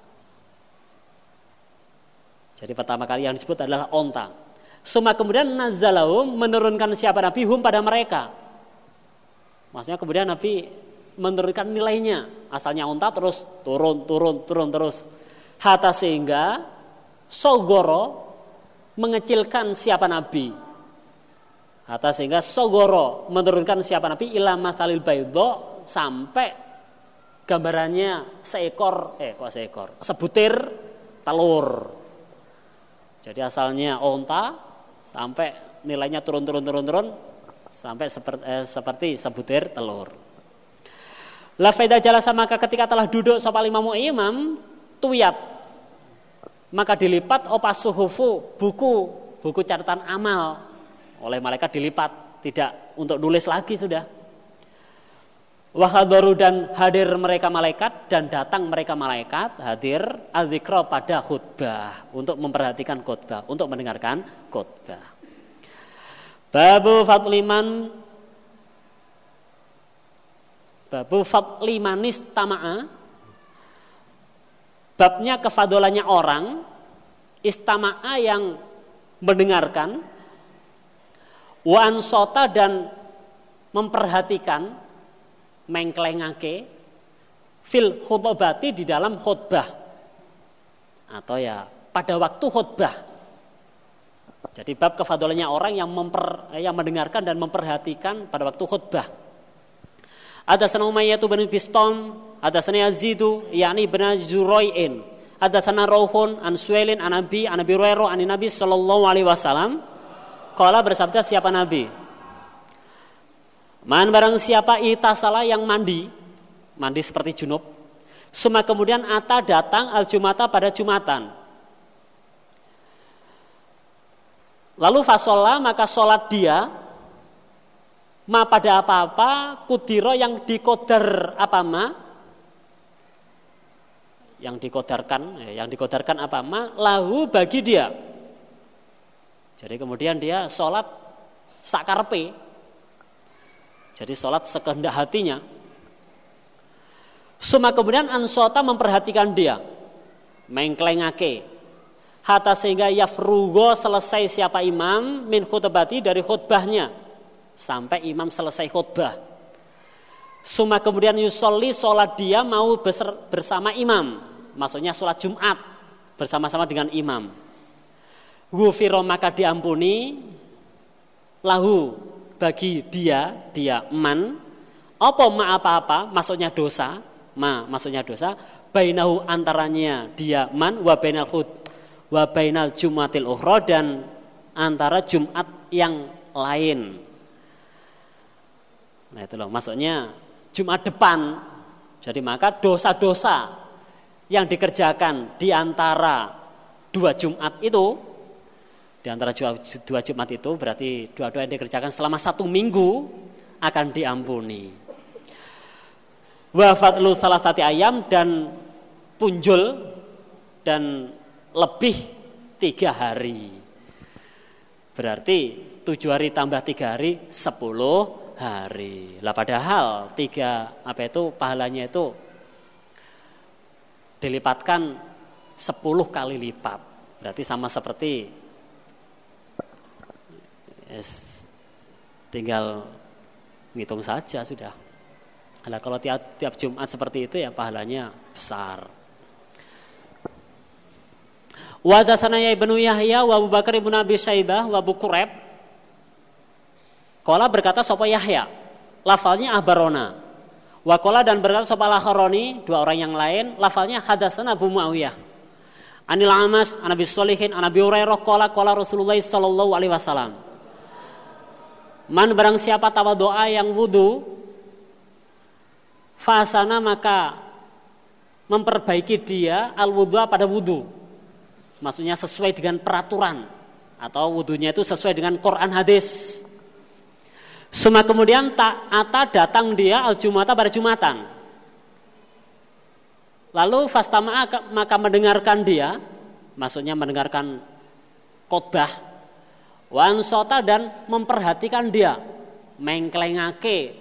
Jadi pertama kali yang disebut adalah onta. Suma kemudian nazalahum menurunkan siapa Nabi hum pada mereka. Maksudnya kemudian Nabi menurunkan nilainya. Asalnya onta terus turun turun turun terus. Hatta sehingga sogoro mengecilkan siapa Nabi. Hatta sehingga sogoro menurunkan siapa Nabi ila matsalil baydha sampai gambarannya seekor eh kok seekor sebutir telur. Jadi asalnya onta sampai nilainya turun turun turun turun sampai seperti, eh, seperti sebutir telur. La faida jalasa maka ketika telah duduk sapa imamu imam tuyat maka dilipat opas suhufu buku buku catatan amal oleh malaikat dilipat tidak untuk nulis lagi sudah. Wa hadaru dan hadir mereka malaikat dan datang mereka malaikat hadir adzikra pada khutbah untuk memperhatikan khutbah, untuk mendengarkan khutbah. Babu fadliman Babu fadlimanis tama'a, babnya kefadolannya orang istama'a yang mendengarkan, wa ansota dan memperhatikan, mengklengake, fil khutbati di dalam khutbah, atau ya pada waktu khutbah. Jadi bab kefadolannya orang yang memper, yang mendengarkan dan memperhatikan pada waktu khutbah. Ada sana Umayyah bin Bistam, ada sana Yazidu, yakni bin Zurai'in, ada sana Rauhun, an Suwailin, an Nabi, an Nabi Hurairah, an Nabi sallallahu alaihi wasallam. Qala bersabda siapa Nabi? Man barang siapa itasala yang mandi, mandi seperti junub, suma kemudian ata datang al jumata pada jumatan. Lalu fasolla maka sholat dia, ma pada apa-apa, kudiro yang dikodar apa ma, yang dikodarkan, yang dikodarkan apa ma, lahu bagi dia. Jadi kemudian dia sholat sakarpe, jadi sholat sekehendak hatinya. Suma kemudian ansota memperhatikan dia, mengklengake, hatta sehingga yafrugo selesai siapa imam min khutbati dari khutbahnya, sampai imam selesai khutbah. Suma kemudian yusolli sholat dia mau bersama imam, maksudnya sholat Jumat bersama-sama dengan imam. Ghufiro maka diampuni, lahu bagi dia, dia man, apa ma apa-apa, maksudnya dosa, ma maksudnya dosa, bainahu antaranya dia man, wa bainal khud, wa bainal jumatil ukhra dan antara Jumat yang lain. Nah itu loh, maksudnya Jumat depan. Jadi maka dosa-dosa yang dikerjakan di antara dua Jumat itu, di antara dua Jumat itu berarti dua-dua yang dikerjakan selama satu minggu akan diampuni. Wa fadlu salasati ayam dan punjul dan lebih tiga hari. Berarti tujuh hari tambah tiga hari sepuluh hari. Lah padahal tiga apa itu pahalanya itu dilipatkan sepuluh kali lipat. Berarti sama seperti yes, tinggal ngitung saja sudah. Nah, kalau tiap, tiap Jumat seperti itu ya pahalanya besar. Wa hadatsana Ibnu Yahya wa Abu Bakar ibnu Abi Syaibah wa Abu Quraib. Qala berkata sapa Yahya, lafalnya ahbarona. Wa qala dan berkata sapa Al-Akharani, dua orang yang lain, lafalnya hadatsana Abu Muawiyah. Anil Amas, an Abi Sholihin, an Abi Hurairah qala qala Rasulullah sallallahu alaihi wasallam. Man barang siapa tawa doa yang wudu, fasana maka memperbaiki dia al wudu pada wudu. Maksudnya sesuai dengan peraturan atau wudunya itu sesuai dengan Quran hadis. Suma kemudian tak ata datang dia al jumata pada jumatan. Lalu fastama maka mendengarkan dia, maksudnya mendengarkan khotbah. Wansota dan memperhatikan dia, mengklengake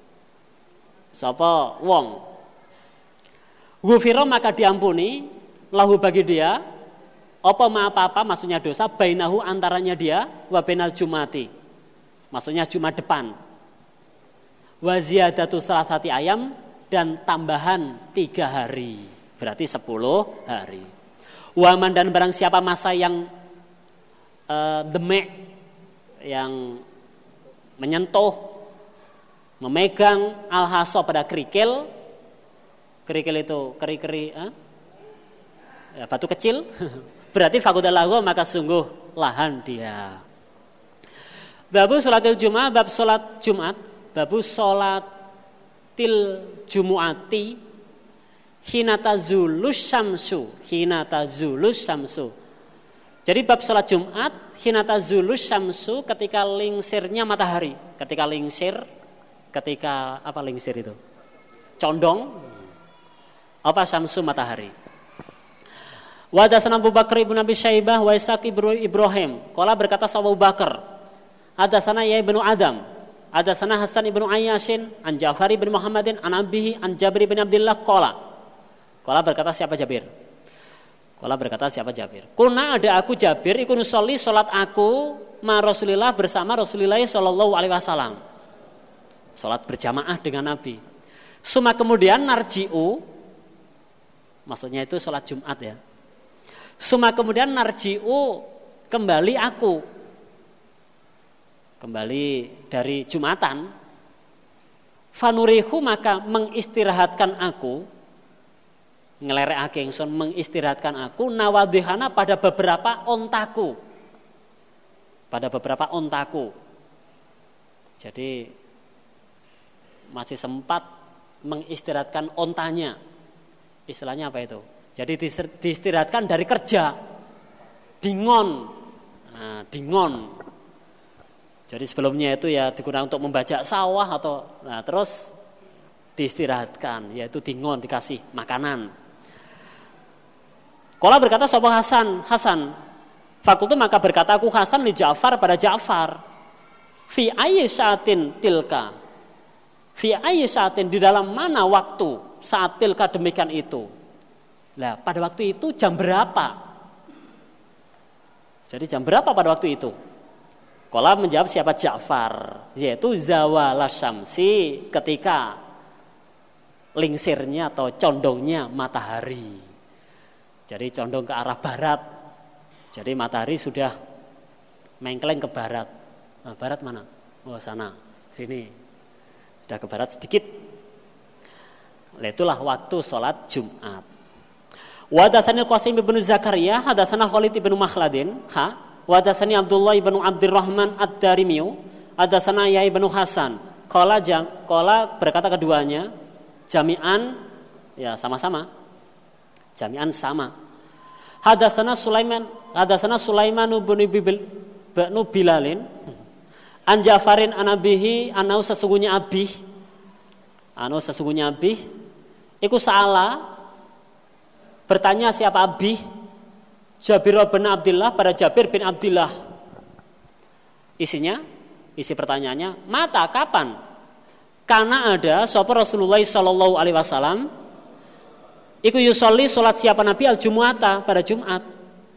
sapa wong. Ghufira maka diampuni, lahu bagi dia, apa ma apa-apa maksudnya dosa, bainahu antaranya dia, wa bainal jumati, maksudnya Jumat depan. Wa ziyadatu salasati ayam dan tambahan tiga hari, berarti sepuluh hari. Waman dan barang siapa masa yang uh, demek, yang menyentuh, memegang al-haso pada kerikil, kerikil itu keri-keri, eh? ya, batu kecil, berarti fakudalahu maka sungguh lahan dia. Babu sholatil Jumat, bab sholat Jumat, babu sholatil Jumu'ati, hinata zulus syamsu, hinata zulus syamsu. Jadi bab sholat Jumat, hinata zulus syamsu ketika lingsirnya matahari, ketika lingsir, ketika apa lingsir itu? condong apa syamsu matahari. Wa hadatsana Abu Bakar ibn Abi Syaibah wa Ishaq ibnu Ibrahim. Qala berkata Abu Bakar, hadatsana Ya ibnu Adam, hadatsana Hasan ibnu Ayyashin an Ja'far ibn Muhammadin an abihi an Jabir bin Abdullah qala. Qala berkata siapa Jabir? Qala berkata siapa Jabir? Kuna ada aku Jabir iku nusolli salat aku ma Rasulillah bersama Rasulullah sallallahu alaihi wasallam. Salat berjamaah dengan Nabi. Suma kemudian narji'u, maksudnya itu salat Jumat ya. Suma kemudian narji'u, kembali aku. Kembali dari Jumatan. Fanurihu, maka mengistirahatkan aku. Ngelerekake ingsun mengistirahatkan aku nawadihana pada beberapa ontaku. Pada beberapa ontaku. Jadi masih sempat mengistirahatkan ontanya. Istilahnya apa itu? Jadi diistirahatkan dari kerja. Dingon. Nah, dingon. Jadi sebelumnya itu ya digunakan untuk membajak sawah atau nah terus diistirahatkan, yaitu dingon, dikasih makanan. Qala berkata sapa Hasan, Hasan. Fakultu maka berkata aku Hasan li Ja'far pada Ja'far. Fi ayyi sa'atin tilka. Fi ayyi sa'atin, di dalam mana waktu saat tilka demikian itu. Lah, pada waktu itu jam berapa? Jadi jam berapa pada waktu itu? Qala menjawab siapa Ja'far, yaitu zawala syamsi, ketika lingsirnya atau condongnya matahari. Jadi condong ke arah barat. Jadi matahari sudah mengkleng ke barat. Nah, barat mana? Oh, sana, sini. Sudah ke barat sedikit. Itulah waktu sholat Jumat. Wa hadatsani Qasim bin Zakaria, hadatsana Khalid bin Makhladin, ha. Wa hadatsani Abdullah bin Abdurrahman Ad-Darimi, hadatsana Yahya bin Hasan. Qala jam, qala berkata keduanya, jami'an, ya sama-sama. Jami'an sama. Hadatsana Sulaiman, hadatsana Sulaiman bin Bilalin. An Ja'farin an abihi anau sesungguhnya abih anu sesungguhnya abih iku salah bertanya siapa abih Jabir bin Abdullah pada Jabir bin Abdullah. Isinya isi pertanyaannya mata kapan karena ada sapa Rasulullah sallallahu alaihi wasallam iku yusolli salat siapa Nabi al Jumu'ata pada Jumat.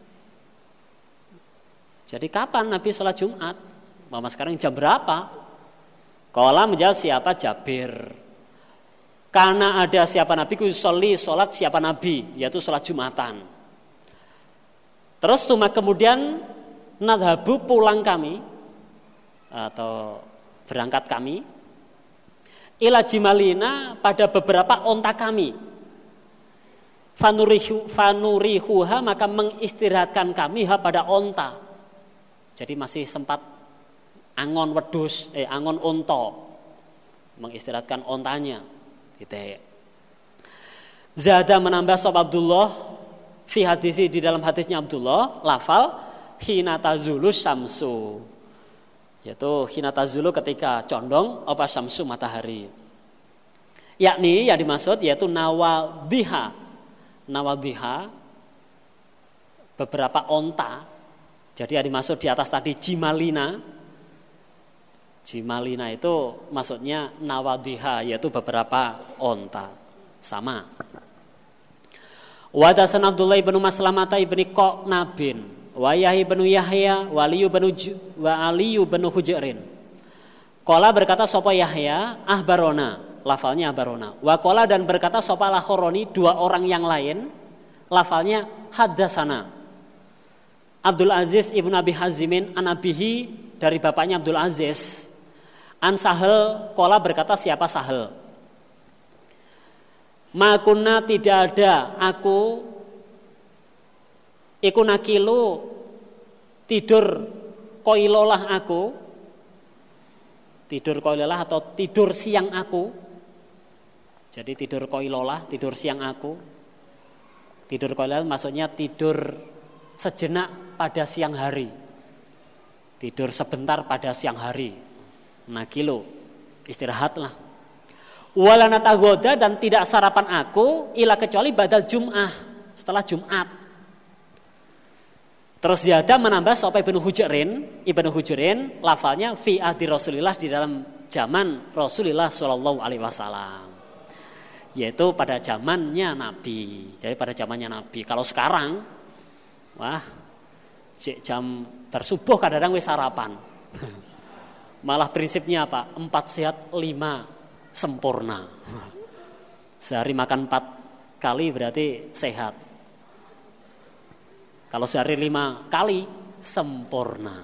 Jadi kapan Nabi salat Jumat? Mama sekarang jam berapa? Qala menjawab siapa Jabir. Karena ada siapa Nabi ku sholli salat siapa Nabi, yaitu salat Jumatan. Terus cuma kemudian nadhabu pulang kami atau berangkat kami ila jimalina pada beberapa onta kami. Fanurihu fanurihuha maka mengistirahatkan kami ha pada onta. Jadi masih sempat angon wedus, eh angon onto, mengistirahatkan ontanya. Gitu. Zada menambah sahab Abdullah fi hadisi di dalam hadisnya Abdullah lafal hina tazulu syamsu, yaitu hina tazulu ketika condong apa syamsu matahari. Yakni yang dimaksud yaitu nawadhiha, nawadhiha beberapa onta. Jadi yang dimaksud di atas tadi jimalina. Jimalina itu maksudnya nawadhiha, yaitu beberapa onta. Sama. Wa hadatsana Abdullah bin Maslamah bin Qanabin wa Yahya bin Yahya wa Ali bin wa Ali bin Hujrin. Qala berkata sapa Yahya ahbarona, lafalnya ahbarona. Wa qala dan berkata sapa Al-Khoroni, dua orang yang lain, lafalnya hadatsana. Abdul Aziz ibnu Abi Hazimin an abihi, dari bapaknya Abdul Aziz. An Sahel, qala berkata siapa Sahel? Makunna tidak ada aku iku nakilu tidur koilolah aku, tidur koilolah atau tidur siang aku. Jadi tidur koilolah, tidur siang aku. Tidur koilolah maksudnya tidur sejenak pada siang hari, tidur sebentar pada siang hari. Nakilu istirahatlah. Wala natagoda, dan tidak sarapan aku ila kecuali badal Jum'ah, setelah Jumat. Terus Ziyada menambah sapa Ibnu Hujrin, Ibnu Hujrin lafalnya fi ahdi Rasulillah, di dalam zaman Rasulullah sallallahu alaihi wasallam. Yaitu pada zamannya Nabi. Jadi pada zamannya Nabi. Kalau sekarang wah, jam bersubuh kadang-kadang wis sarapan. Malah prinsipnya apa? Empat sehat, lima sempurna. Sehari makan empat kali berarti sehat. Kalau sehari lima kali sempurna.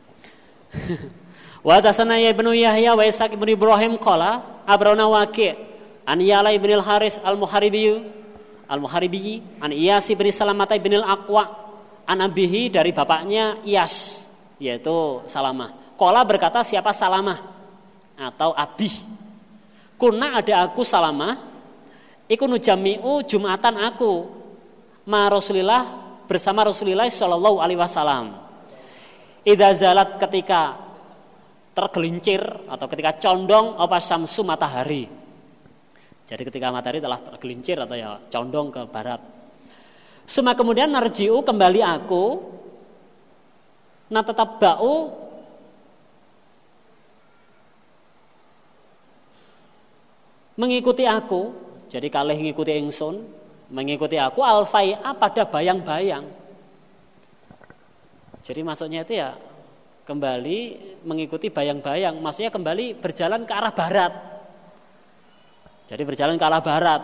Wa tasana ya Ibnu Yahya wa Ishaq ibnu Ibrahim qala abrana Waqi' an Yala ibn al-Haris al-Muharibi al-Muharibi an Iyas ibn Salamah ibn al-Aqwa an abihi, dari bapaknya Iyas yaitu Salamah. Qala berkata, siapa Salamah atau Abih? Kuna ada aku Salamah iku nujami'u Jumatan aku ma Rasulillah, bersama Rasulullah sallallahu alaihi wasallam. Idza zalat, ketika tergelincir atau ketika condong apa syamsu, matahari. Jadi ketika matahari telah tergelincir atau ya condong ke barat. Suma kemudian narji'u, kembali aku, natatabba'u, mengikuti aku. Jadi kalih ngikuti ingsun, mengikuti aku al-fai'a, pada bayang-bayang. Jadi maksudnya itu ya kembali mengikuti bayang-bayang, maksudnya kembali berjalan ke arah barat. Jadi berjalan ke arah barat,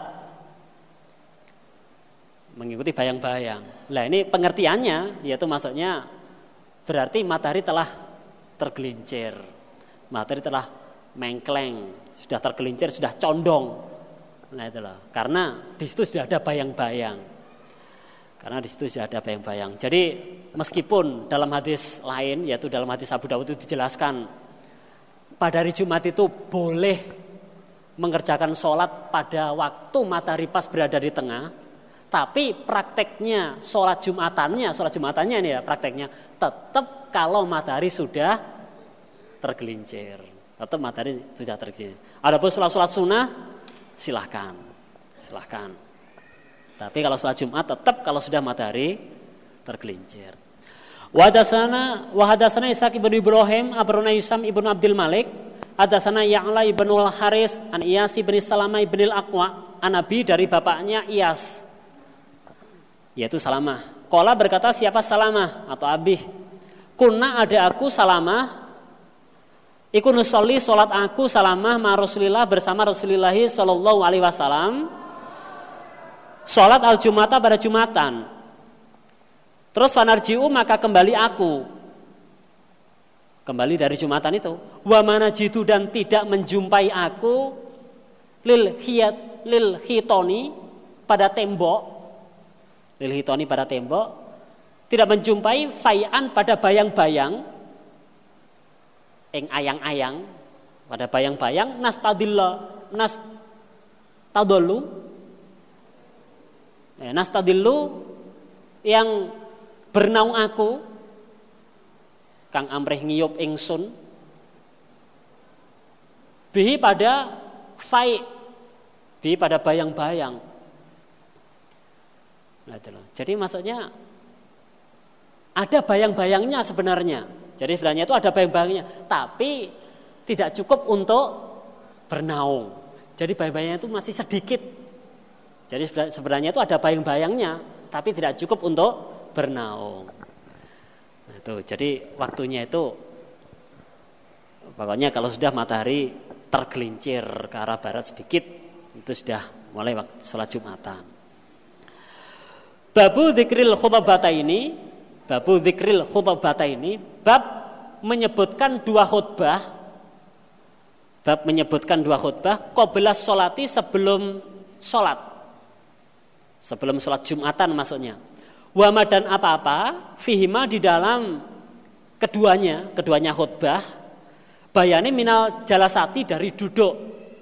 mengikuti bayang-bayang. Nah ini pengertiannya, yaitu maksudnya berarti matahari telah tergelincir, matahari telah mengkleng, sudah tergelincir, sudah condong. Nah itulah, karena di situ sudah ada bayang-bayang. Karena di situ sudah ada bayang-bayang. Jadi meskipun dalam hadis lain, yaitu dalam hadis Abu Dawud itu dijelaskan pada hari Jumat itu boleh mengerjakan sholat pada waktu matahari pas berada di tengah, tapi prakteknya sholat Jumatannya, sholat Jumatannya ini ya prakteknya tetap kalau matahari sudah tergelincir, tetap matahari sudah tergelincir. Adapun sholat-sholat sunnah silahkan, silahkan. Tapi kalau sholat Jumat tetap kalau sudah matahari tergelincir. Wahadasana wahadasana Ishaq ibnu Ibrahim abrona Yusam ibnu Abdul Malik hadasana Ya'la ibnu al-Haris an Iyas ibnu Salamah ibnu al-Aqwa an Nabi, dari bapaknya Iyas yaitu Salamah. Qala berkata, siapa Salamah atau Abih? Kunna ada aku Salamah iku nusolli, salat aku Salamah ma Rasulillah, bersama Rasulullah sallallahu alaihi wasallam, salat al-Jumata, pada Jumatan. Terus fanarji'u, maka kembali aku, kembali dari Jumatan itu. Wa manajidu, dan tidak menjumpai aku lil hiyat lil hitoni, pada tembok, lil hitoni pada tembok, tidak menjumpai fai'an, pada bayang-bayang, ing ayang-ayang, pada bayang-bayang, nastadillah nastadallu eh, nastadillu, yang bernaung aku kang amrih ngiyup ingsun bihi, pada fai, bihi pada bayang-bayang. Nah, itu loh. Jadi maksudnya ada bayang-bayangnya sebenarnya. Jadi sebenarnya itu ada bayang-bayangnya, tapi tidak cukup untuk bernaung. Jadi bayang-bayangnya itu masih sedikit. Jadi sebenarnya itu ada bayang-bayangnya, tapi tidak cukup untuk bernaung. Nah, itu, jadi waktunya itu pokoknya kalau sudah matahari tergelincir ke arah barat sedikit, itu sudah mulai waktu sholat Jumatan. Babu dzikril khutbata ini, babu dzikril khutbata ini, bab menyebutkan dua khutbah, bab menyebutkan dua khutbah qabla sholati, sebelum sholat, sebelum sholat Jumatan maksudnya. Wama, dan apa-apa fihima, di dalam keduanya, keduanya khutbah, bayani minal jalasati, dari duduk,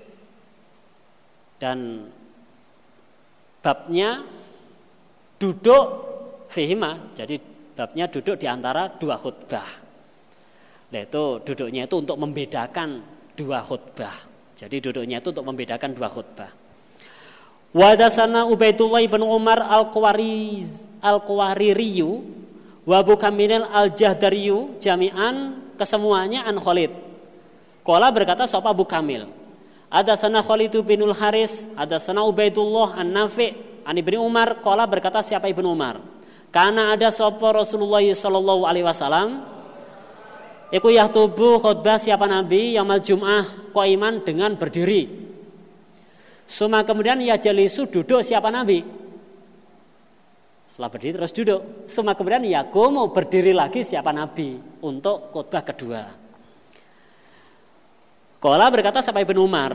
dan babnya duduk fihima, jadi babnya duduk di antara dua khutbah. Nah, itu duduknya itu untuk membedakan dua khutbah. Jadi duduknya itu untuk membedakan dua khutbah. Wa dasana Ubaidullah bin Umar al-Qawariz al-Qawaririyu wa Abu Kamil al-Jahdariyu jami'an kesemuanya an Khalid. Qala berkata sapa Abu Kamil, ada sana Khalid binul Haris, ada sana Ubaidullah an-Nafi' an Ibnu Umar. Qala berkata siapa Ibnu Umar, karena ada sapa Rasulullah sallallahu alaihi wasallam iku yahtubu khutbah siapa Nabi yaumul Jum'ah qaiman dengan berdiri. Suma kemudian ya jalisu duduk siapa Nabi. Setelah berdiri terus duduk. Suma kemudian ya mau berdiri lagi siapa Nabi untuk khutbah kedua. Qala berkata sampai Ibnu Umar,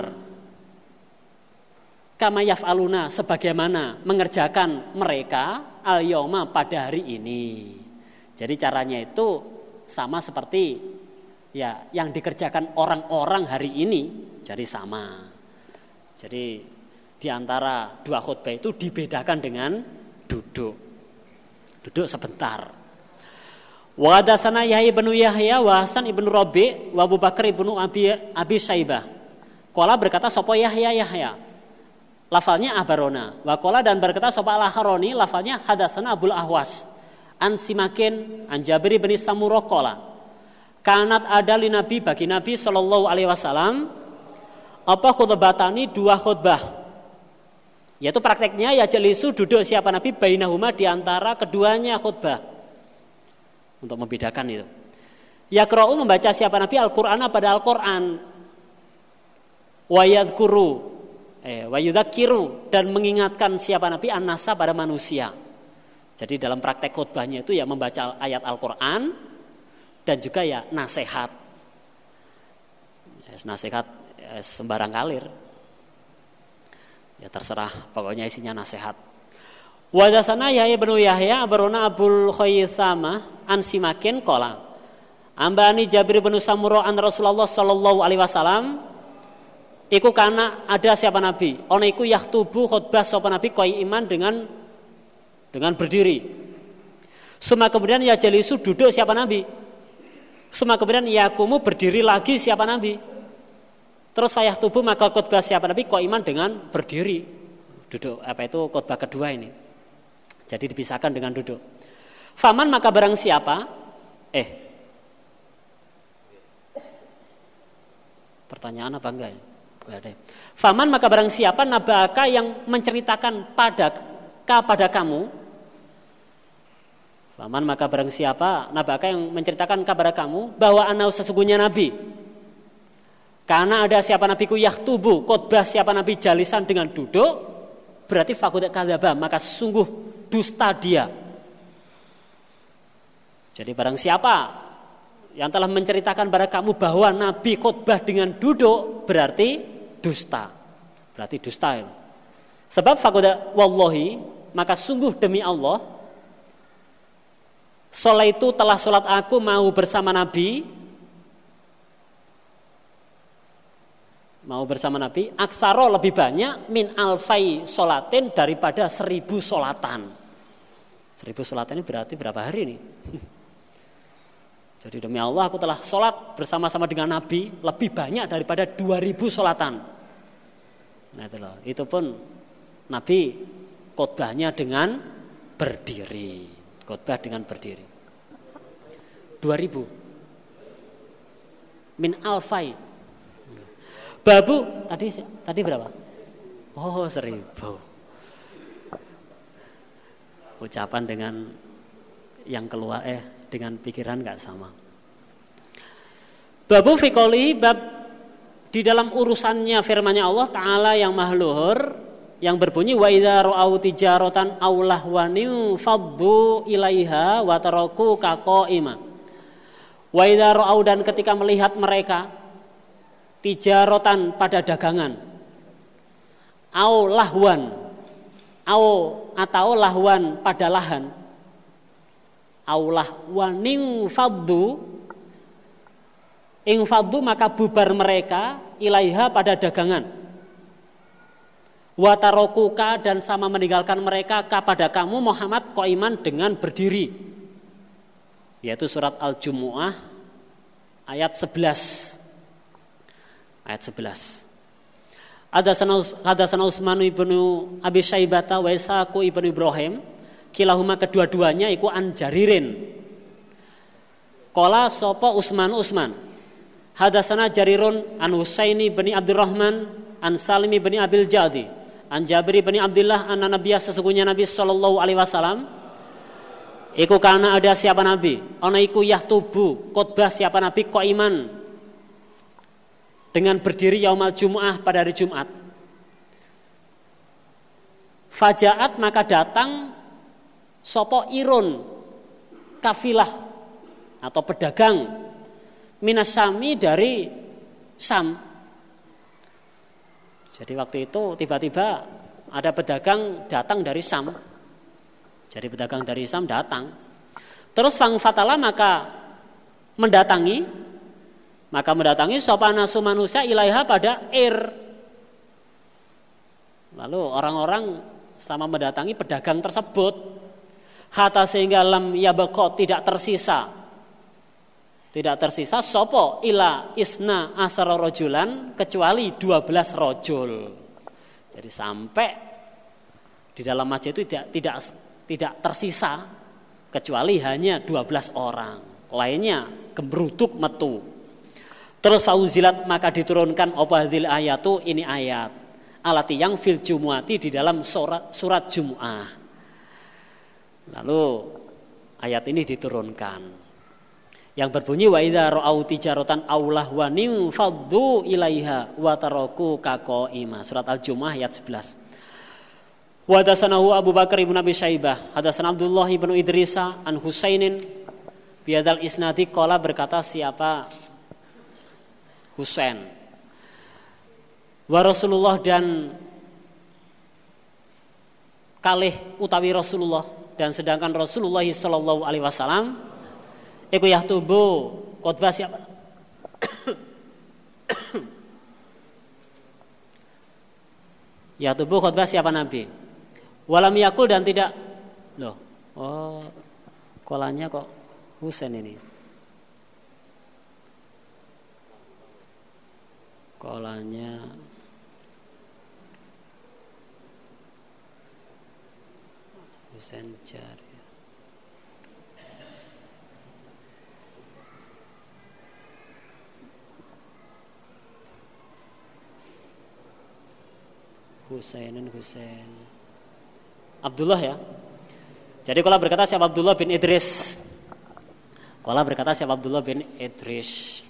kama yaf'aluna sebagaimana mengerjakan mereka al-yauma pada hari ini. Jadi caranya itu sama seperti ya yang dikerjakan orang-orang hari ini, jadi sama. Jadi di antara dua khutbah itu dibedakan dengan duduk. Duduk sebentar. Wa hadatsana Yahya bin Yahya wa Hasan ibnu Rabi' wa Abu Bakar ibnu Abi Abi Syaibah. Qala berkata sapa Yahya Yahya. Lafalnya ahbarona. Wa qala dan berkata sapa Al-Haroni lafalnya hadatsana Abul Ahwas. An Simakin an Jabir bin Samurah qala. Kanat ada li Nabi bagi Nabi sallallahu alaihi wasallam apa khutbatani dua khutbah, yaitu prakteknya ya jelisu duduk siapa Nabi bainahuma di antara keduanya khutbah untuk membedakan itu. Yaqra'u membaca siapa Nabi Al-Qur'an pada Al-Qur'an, wa yadhkuru eh wa yudzakiru dan mengingatkan siapa Nabi an-nasa pada manusia. Jadi dalam praktek khutbahnya itu ya membaca ayat Al-Qur'an dan juga ya nasihat. Ya, nasihat sembarang kalir, ya terserah, pokoknya isinya nasihat. Wa dasana Yahya bin Yahya abarona Abul Khaythama an Simakin qala ambani Jabir bin Samurah an Rasulullah sallallahu alaihi wasallam iku kana ada siapa Nabi ono iku yahtubu khutbah sapa Nabi qaiman dengan dengan berdiri. Suma kemudian ya jalisu duduk siapa Nabi. Suma kemudian yakumu berdiri lagi siapa Nabi. Terus fayah tubuh maka khutbah siapa Nabi qaiman dengan berdiri. Duduk apa itu khutbah kedua ini. Jadi dipisahkan dengan duduk. Faman maka barang siapa? Eh. Pertanyaan apa enggak ya? Enggak ada. Faman maka barang siapa nabaka yang menceritakan pada kepada kamu. Faman maka barang siapa nabaka yang menceritakan kabar kamu bahwa anau sesungguhnya Nabi. Karena ada siapa Nabi ku yahtubu khutbah siapa Nabi jalisan dengan duduk, berarti faqad kadzaba maka sungguh dusta dia. Jadi barang siapa yang telah menceritakan pada kamu bahwa Nabi khutbah dengan duduk, berarti dusta. Berarti dusta. Sebab faqad wallahi maka sungguh demi Allah salat itu telah salat aku mau bersama Nabi mau bersama Nabi aksaro lebih banyak min alfai solatin daripada seribu solatan. Seribu solatan ini berarti berapa hari nih? Jadi demi Allah aku telah solat bersama-sama dengan Nabi lebih banyak daripada dua ribu solatan. Nah itu loh, itu pun Nabi khutbahnya dengan berdiri. Khutbah dengan berdiri. Dua ribu min alfai. Babu tadi tadi berapa? Oh seribu. Ucapan dengan yang keluar eh dengan pikiran nggak sama. Babu fikoli bab di dalam urusannya firman-Nya Allah Taala yang mahluhur yang berbunyi wa idza ra'au tijaratan aw lahwan faddu ilaiha wa taraku kaqaima. Wa idza ra'au dan ketika melihat mereka tijarotan pada dagangan, au lahwan, au atau lahwan pada lahan, au lahwaning faddu, ing faddu maka bubar mereka ilaiha pada dagangan, watarokuka dan sama meninggalkan mereka kepada kamu Muhammad qaiman dengan berdiri, yaitu surat Al-Jumu'ah ayat sebelas. Ayat sebelas. Hadatsana Utsman ibnu Abi Syaibah wa Ishaq ibnu Ibrahim, kilahuma kedua-duanya iku an Jaririn. Qala sapa Utsman Utsman. Hadatsana Jarirun an Husaini bin Abdurrahman an Salimi bin Abil Jadi an Jabir bin Abdullah anna Nabiya sesungguhnya Nabi sallallahu alaihi wasallam iku kana ada siapa Nabi ana iku yahtubu khotbah siapa Nabi qaiman dengan berdiri yaumal Jumu'ah pada hari Jumat. Fajaat maka datang sapa irun kafilah atau pedagang minasyami dari Sam. Jadi waktu itu tiba-tiba ada pedagang datang dari Sam. Jadi pedagang dari Sam datang. Terus fang fatala maka mendatangi, maka mendatangi sapa nasu manusia ilaiha pada air. Lalu orang-orang sama mendatangi pedagang tersebut. Hatta sehingga lam yabqa tidak tersisa. Tidak tersisa sopo ila isna asara rojulan kecuali dua belas rojul. Jadi sampai di dalam masjid itu tidak tidak tidak tersisa kecuali hanya dua belas orang. Lainnya gembruduk metu. Terus fauzilat maka diturunkan apa hadil ayatu ini ayat. Alati yang fil jumuati di dalam surat surat Jumu'ah. Lalu ayat ini diturunkan. Yang berbunyi wa idza ra'au tijaratan aw lahwan faddu ilaiha wa taraku kaqaima. Surat Al-Jumu'ah ayat sebelas. Wa hadatsanahu Abu Bakar ibn Abi Syaibah, hadatsana Abdullah ibn Idrisa an Husainin biadal isnadi qala berkata siapa Husain. Wa Rasulullah dan kalih utawi Rasulullah dan sedangkan Rasulullah sallallahu alaihi wasallam iku yahtubu khotbah siapa? Yahtubu khotbah siapa Nabi? Walam yakul dan tidak loh. Oh, kolanya kok Husain ini. Kolanya Husain Jarir. Husainin Husain Abdullah ya. Jadi kalau berkata siapa Abdullah bin Idris. Kalau berkata siapa Abdullah bin Idris.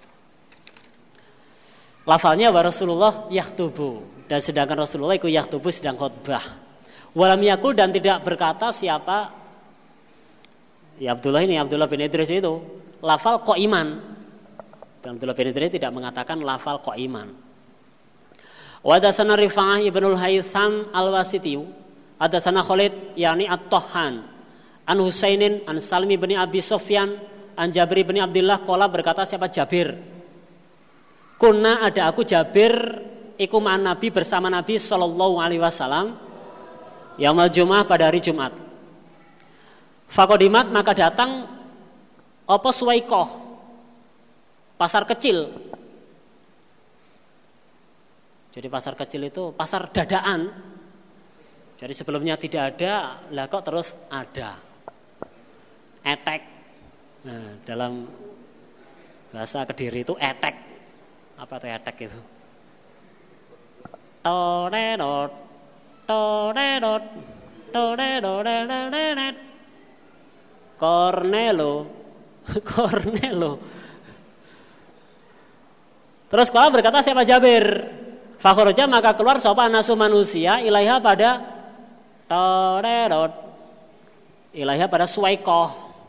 Lafalnya wa Rasulullah yahtubu dan sedangkan Rasulullah itu yahtubu sedang khutbah. Walam yakul dan tidak berkata siapa ya Abdullah ini Abdullah bin Idris itu lafal qaiman. Dan Abdullah bin Idris tidak mengatakan lafal qaiman. Wa hadatsana Rifa'ah ibnul Haytham al-Wasiti, hadatsana Khalid yakni At-Tahhan, an Husainin an Salmi bin Abi Sufyan, an Jabir bin Abdullah qala berkata siapa Jabir. Kunna ada aku Jabir iku ma'an Nabi bersama Nabi sallallahu alaihi wasallam yaumul Jumu'ah pada hari Jumat. Faqadimat maka datang apa Suwaikoh pasar kecil. Jadi pasar kecil itu pasar dadaan. Jadi sebelumnya tidak ada, lah kok terus ada. Etek. Nah, dalam bahasa Kediri itu etek. Apa itu etek itu? Toredot, toredot, toredot, Cornelo, Cornelo. Terus kalau berkata siapa Jabir? Fakhoroja maka keluar sapa nasu manusia ilaiha pada toredot ilaiha pada suwaikoh.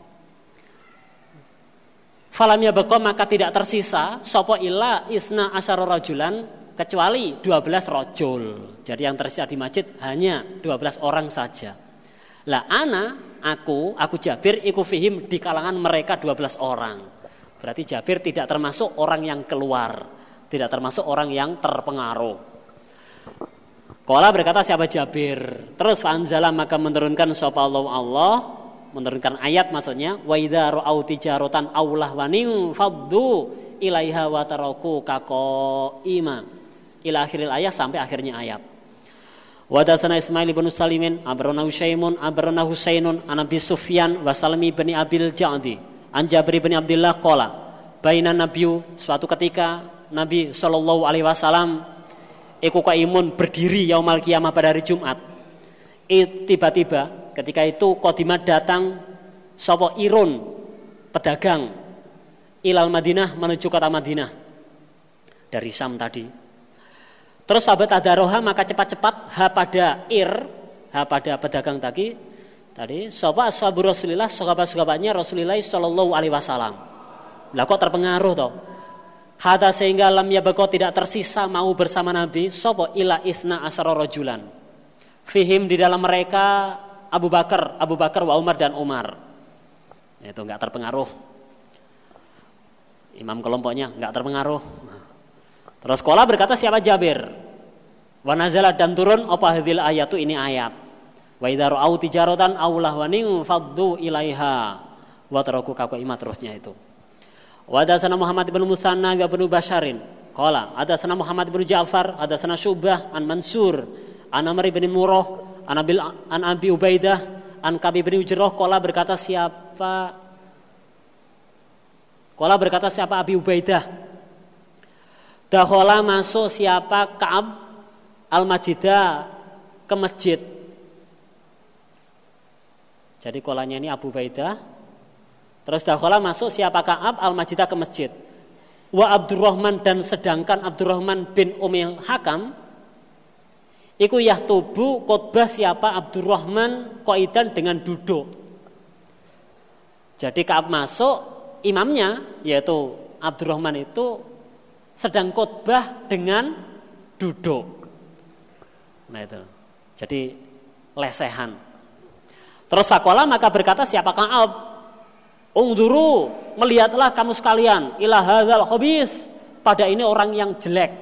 Falam yabqa maka tidak tersisa sapa illa isna asyara rajulan kecuali dua belas rajul. Jadi yang tersisa di masjid hanya dua belas orang saja. Lah ana aku aku Jabir iku fihim di kalangan mereka dua belas orang. Berarti Jabir tidak termasuk orang yang keluar. Tidak termasuk orang yang terpengaruh. Qala berkata siapa Jabir. Terus fa'anzala maka menurunkan sapa Allah Allah, menurunkan ayat maksudnya wa idza ra'au tijaratan aw lahwanin faddu ilaiha wa taraku kaqaima. ila akhiril ayat sampai akhirnya ayat. Wa hadatsana Ismail bin Salimin abarana Husyaimun abarana Husainun an Abi Sufyan wa Salmi bin Abil Ja'di an Jabir bin Abdullah qala baina nabiyyu suatu ketika Nabi sallallahu alaihi wasallam iku qaimun berdiri yaumal qiyamah pada hari Jumat. It, tiba-tiba ketika itu qadimat datang sapa irun pedagang ilal Madinah menuju kota Madinah dari Syam tadi. Terus sahabat adaroha maka cepat-cepat ha pada ir, ha pada pedagang tadi, tadi sapa ashabu Rasulillah, sahabat-sahabatnya Rasulullah sallallahu alaihi wasallam. Lah kok terpengaruh toh? Hatta sehingga lam yabqa tidak tersisa mau bersama Nabi sapa ila isna asyara rajulan. Fihim di dalam mereka Abu Bakar, Abu Bakar wa Umar dan Umar. Itu enggak terpengaruh. Imam kelompoknya enggak terpengaruh. Terus sekolah berkata siapa Jabir? Wa nazalat dan turun apa hadhil ayatu ini ayat. Wa idza ra'au tijaratan aw lahwanin faddu ilaiha wa taraku qaima terusnya itu. Wa hadatsana Muhammad bin Musanna wa bin Basharin qala hadatsana Muhammad bin Ja'far hadatsana Syu'bah an Mansur an Amr bin Murrah an Abil an Abi Ubaidah an Kabi bin Ujrah qala berkata siapa Qala berkata siapa Abi Ubaidah dakhala masuk siapa Ka'ab al-Majidah ke masjid. Jadi kolanya ini Abu Ubaidah. Terus dakhala masuk siapa Ka'ab al-Majidah ke masjid. Wa Abdurrahman dan sedangkan Abdurrahman bin Umil Hakam iku yahtubu khotbah siapa Abdurrahman qaidan dengan duduk. Jadi Ka'ab masuk, imamnya yaitu Abdurrahman itu sedang khotbah dengan duduk. Nah itu. Jadi lesehan. Terus faqala maka berkata siapa Ka'ab? Ungduru, melihatlah kamu sekalian ila hadzal khabis, pada ini orang yang jelek.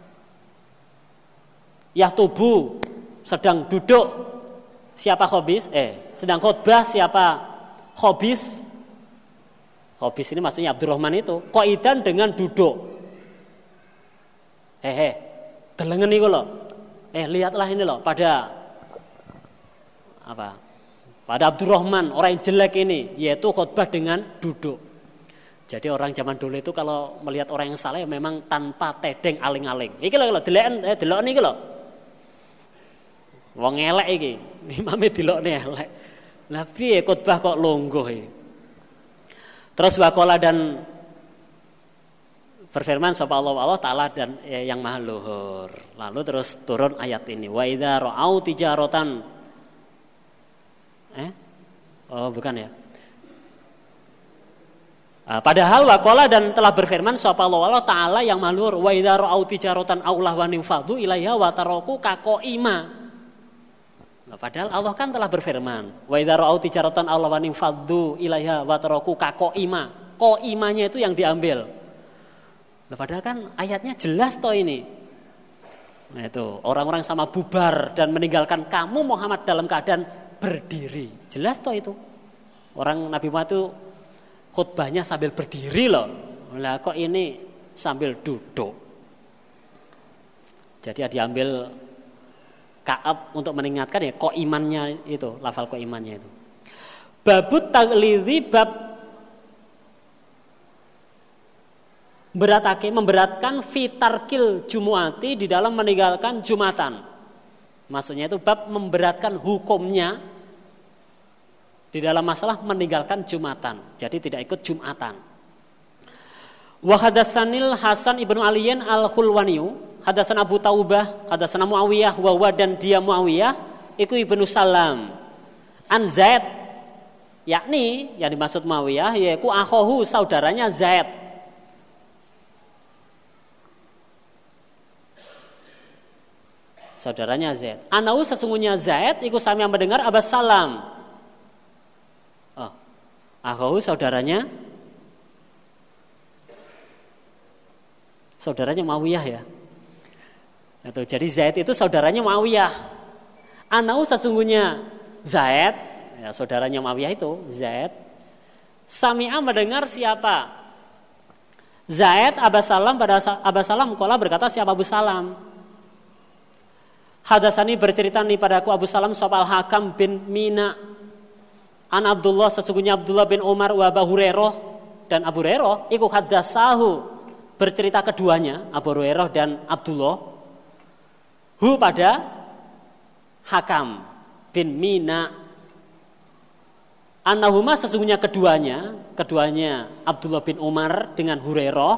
Yahtubu, sedang duduk siapa khabis? Eh, sedang khotbah siapa khabis? Khabis ini maksudnya Abdurrahman itu qaidan dengan duduk. Eh, eh, delengen niku lho. Eh, lihatlah ini loh pada apa? Pada Abdurrahman orang yang jelek ini, yaitu khotbah dengan duduk. Jadi orang zaman dulu itu kalau melihat orang yang saleh memang tanpa tedeng aling-aling. Iki lho lho deleken eh delok niki lho. Wong elek iki, imame delokne elek. Lah piye khotbah kok longgo iki? Terus waqala dan berfirman sapa Allah Allah Ta'ala dan ya, yang maha luhur. Lalu terus turun ayat ini. Wa idza ra'au tijaratan. Eh? Oh, bukan ya. Ah, padahal waqala dan telah berfirman sapa Allah Allah Ta'ala yang maha luhur. Wa idza ra'au tijaratan aw lahwan fadu ilaiha wa taraku kaqaima. Nah, padahal Allah kan telah berfirman. Wa idza ra'au tijaratan aw lahwan fadu ilaiha wa taraku kaqaima. Qaimanya itu yang diambil. Nah, padahal kan ayatnya jelas toh ini. Nah itu orang-orang sama bubar dan meninggalkan kamu Muhammad dalam keadaan berdiri. Jelas toh itu. Orang Nabi Muhammad itu khutbahnya sambil berdiri loh. Lah kok ini sambil duduk. Jadi diambil Ka'ab untuk mengingatkan ya kok imannya itu, lafal kok imannya itu. Babut taglidhi bab beratake memberatkan fitarkil jumuati di dalam meninggalkan jumatan. Maksudnya itu bab memberatkan hukumnya di dalam masalah meninggalkan jumatan. Jadi tidak ikut jumatan. Wa hadatsanil Hasan ibnu Aliyin al-Khulwaniyu, hadatsan Abu Taubah, hadatsan Muawiyah wa wa dan dia Muawiyah iku ibnu Salam. An Zaid, yakni yang dimaksud Muawiyah yaitu akhohu saudaranya Zaid. Saudaranya Zaid. Anau sesungguhnya Zaid ikut sami yang mendengar Abbas Salam. Oh, akhohu saudaranya saudaranya Muawiyah ya. Itu jadi Zaid itu saudaranya Muawiyah. Anau sesungguhnya Zaid, ya saudaranya Muawiyah itu Zaid. Sami'a mendengar siapa? Zaid Abbas Salam pada Abbas Salam qala berkata siapa Abu Salam? Hadasani bercerita nih padaku Abu Salam sopal Hakam bin Mina an Abdullah sesungguhnya Abdullah bin Umar wa Abu Hurairah dan Abu Hurairah iku hadasahu bercerita keduanya Abu Hurairah dan Abdullah hu pada Hakam bin Mina annahuma sesungguhnya keduanya keduanya Abdullah bin Umar dengan Hurairah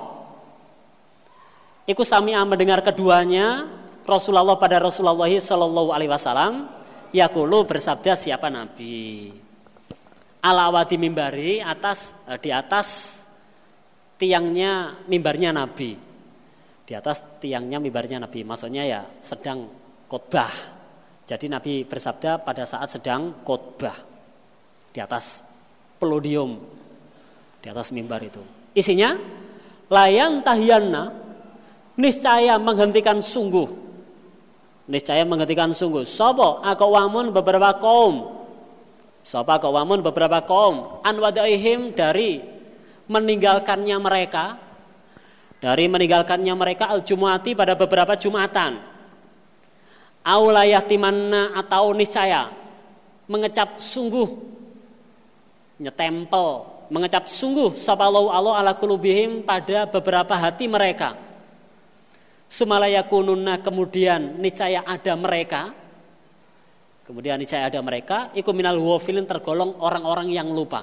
iku sami'a mendengar keduanya Rasulullah pada Rasulullah sallallahu alaihi wasallam yaqulu bersabda siapa Nabi ala wadi mimbari atas di atas tiangnya mimbarnya Nabi di atas tiangnya mimbarnya Nabi maksudnya ya sedang khotbah jadi Nabi bersabda pada saat sedang khotbah di atas podium di atas mimbar itu isinya layan tahiyanna niscaya menghentikan sungguh niscaya menghentikan sungguh sapa aqwamun beberapa kaum sapa aqwamun beberapa kaum an wadaihim dari meninggalkannya mereka dari meninggalkannya mereka al-jumuati pada beberapa jumatan aulayatimanna atau niscaya mengecap sungguh nyetempel mengecap sungguh sapa Allah ala qulubihim pada beberapa hati mereka Sumalayakununa kemudian niscaya ada mereka kemudian niscaya ada mereka iku minal ghafilin tergolong orang-orang yang lupa.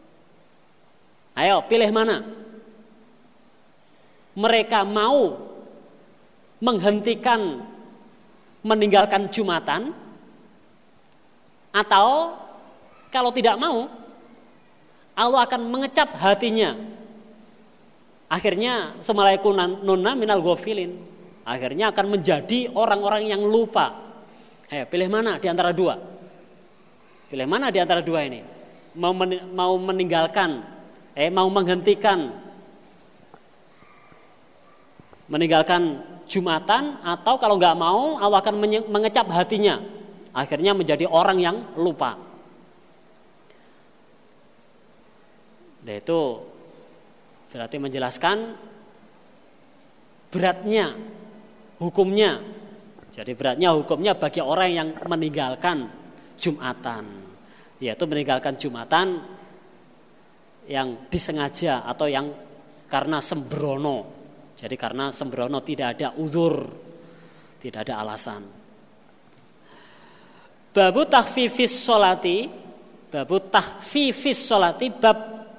Ayo pilih mana? Mereka mau menghentikan meninggalkan Jumatan atau kalau tidak mau Allah akan mengecap hatinya. Akhirnya sumalayakununa minal ghafilin. Akhirnya akan menjadi orang-orang yang lupa. Ayo pilih mana di antara dua? Pilih mana di antara dua ini? Mau men- mau meninggalkan, eh mau menghentikan, meninggalkan Jumatan atau kalau nggak mau Allah akan menye- mengecap hatinya. Akhirnya menjadi orang yang lupa. Nah, itu berarti menjelaskan beratnya hukumnya. Jadi beratnya hukumnya bagi orang yang meninggalkan Jumatan, yaitu meninggalkan Jumatan yang disengaja atau yang karena sembrono. Jadi karena sembrono tidak ada uzur, tidak ada alasan. Babu tahfifis sholati, babu tahfifis sholati bab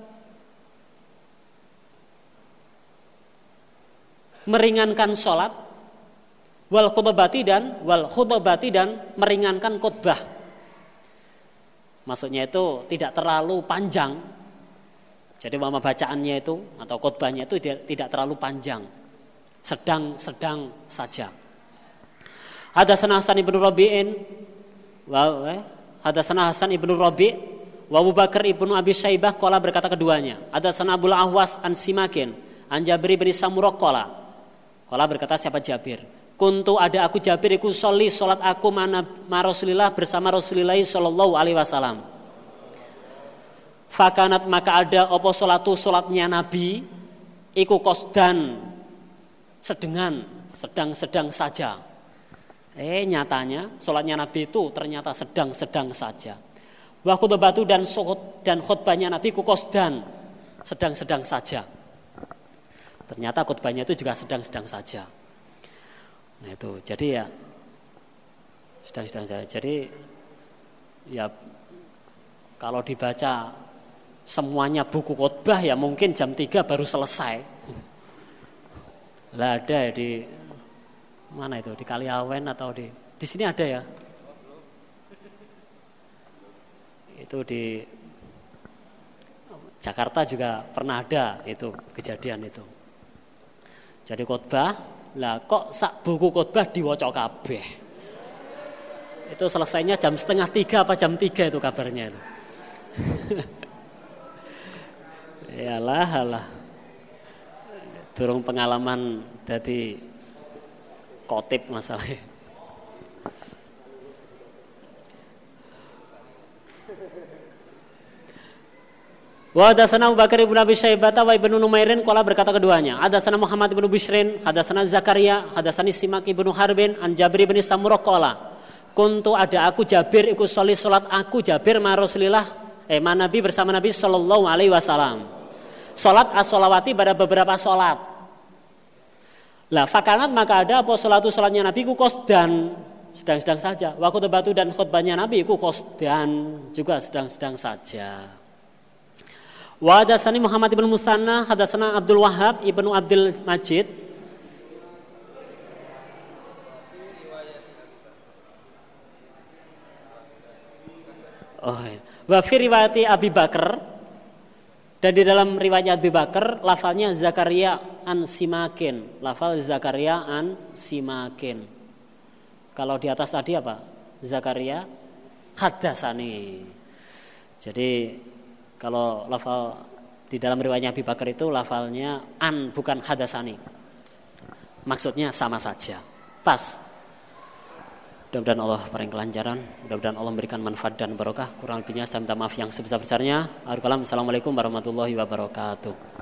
meringankan sholat wal khutbati dan wal khutbati dan meringankan khutbah. Maksudnya itu tidak terlalu panjang. Jadi mama bacaannya itu atau khutbahnya itu tidak terlalu panjang. Sedang-sedang saja. Hadatsana Hasan ibnu Rabi'in wa hadatsana Hasan ibnu Rabi' wa Abu Bakar ibnu Abi Syaibah qala berkata keduanya. Hadatsana Abul Ahwas an Simakin an Jabir bin Samurah qala. Qala berkata siapa Jabir? Kuntu ada aku Jabir iku sholli salat aku mana Rasulillah bersama Rasulullah sallallahu alaihi wasallam. Fakanat maka ada apa salatu salatnya Nabi iku qasdan sedengan sedang-sedang saja. Eh nyatanya salatnya Nabi itu ternyata sedang-sedang saja. Wa khutbatu dan dan khutbahnya Nabi iku qasdan sedang-sedang saja. Ternyata khutbahnya itu juga sedang-sedang saja. Nah itu, jadi ya sedang-sedang saja. Jadi ya kalau dibaca semuanya buku khutbah ya mungkin jam tiga baru selesai. Lah ada ya di mana itu di Kaliawen atau di di sini ada ya? Itu di Jakarta juga pernah ada itu kejadian itu. Jadi khutbah lah kok sak buku khotbah diwaca kabeh. Itu selesainya jam setengah tiga apa jam tiga itu kabarnya itu. Yalah alah. Durung pengalaman dadi khotib masalahnya. Wa hadatsana Abu Bakar ibn Abi Syaibah wa Ibnu Numairin qala berkata keduanya, hadatsana Muhammad ibn Bishrin, hadatsana Zakaria, hadatsani Simak ibn Harbin an Jabir bin Samurah qala, kuntu ada aku Jabir ikut sholat salat aku Jabir ma Rasulillah eh ma Nabi bersama Nabi sallallahu alaihi wasallam. Salat as-sholawati pada beberapa salat. Lah fakanat maka ada apa salatu salatnya Nabi ku qasdan sedang-sedang saja. Wa khutbatu dan khutbahnya Nabi ku qasdan juga sedang-sedang saja. Wa hadatsani Muhammad ibn Musanna hadatsana Abdul Wahhab ibnu Abdul Majid Oh ya. Wa fi riwayati Abi Bakar dan di dalam riwayat Abi Bakar lafalnya Zakaria an Simakin, lafal Zakaria an Simakin. Kalau di atas tadi apa? Zakaria hadatsani. Jadi kalau lafal di dalam riwayatnya Abi Bakar itu lafalnya an bukan hadatsani. Maksudnya sama saja. Pas. Mudah-mudahan Allah paling kelancaran, mudah-mudahan Allah memberikan manfaat dan barokah. Kurang lebihnya saya minta maaf yang sebesar-besarnya. Assalamualaikum warahmatullahi wabarakatuh.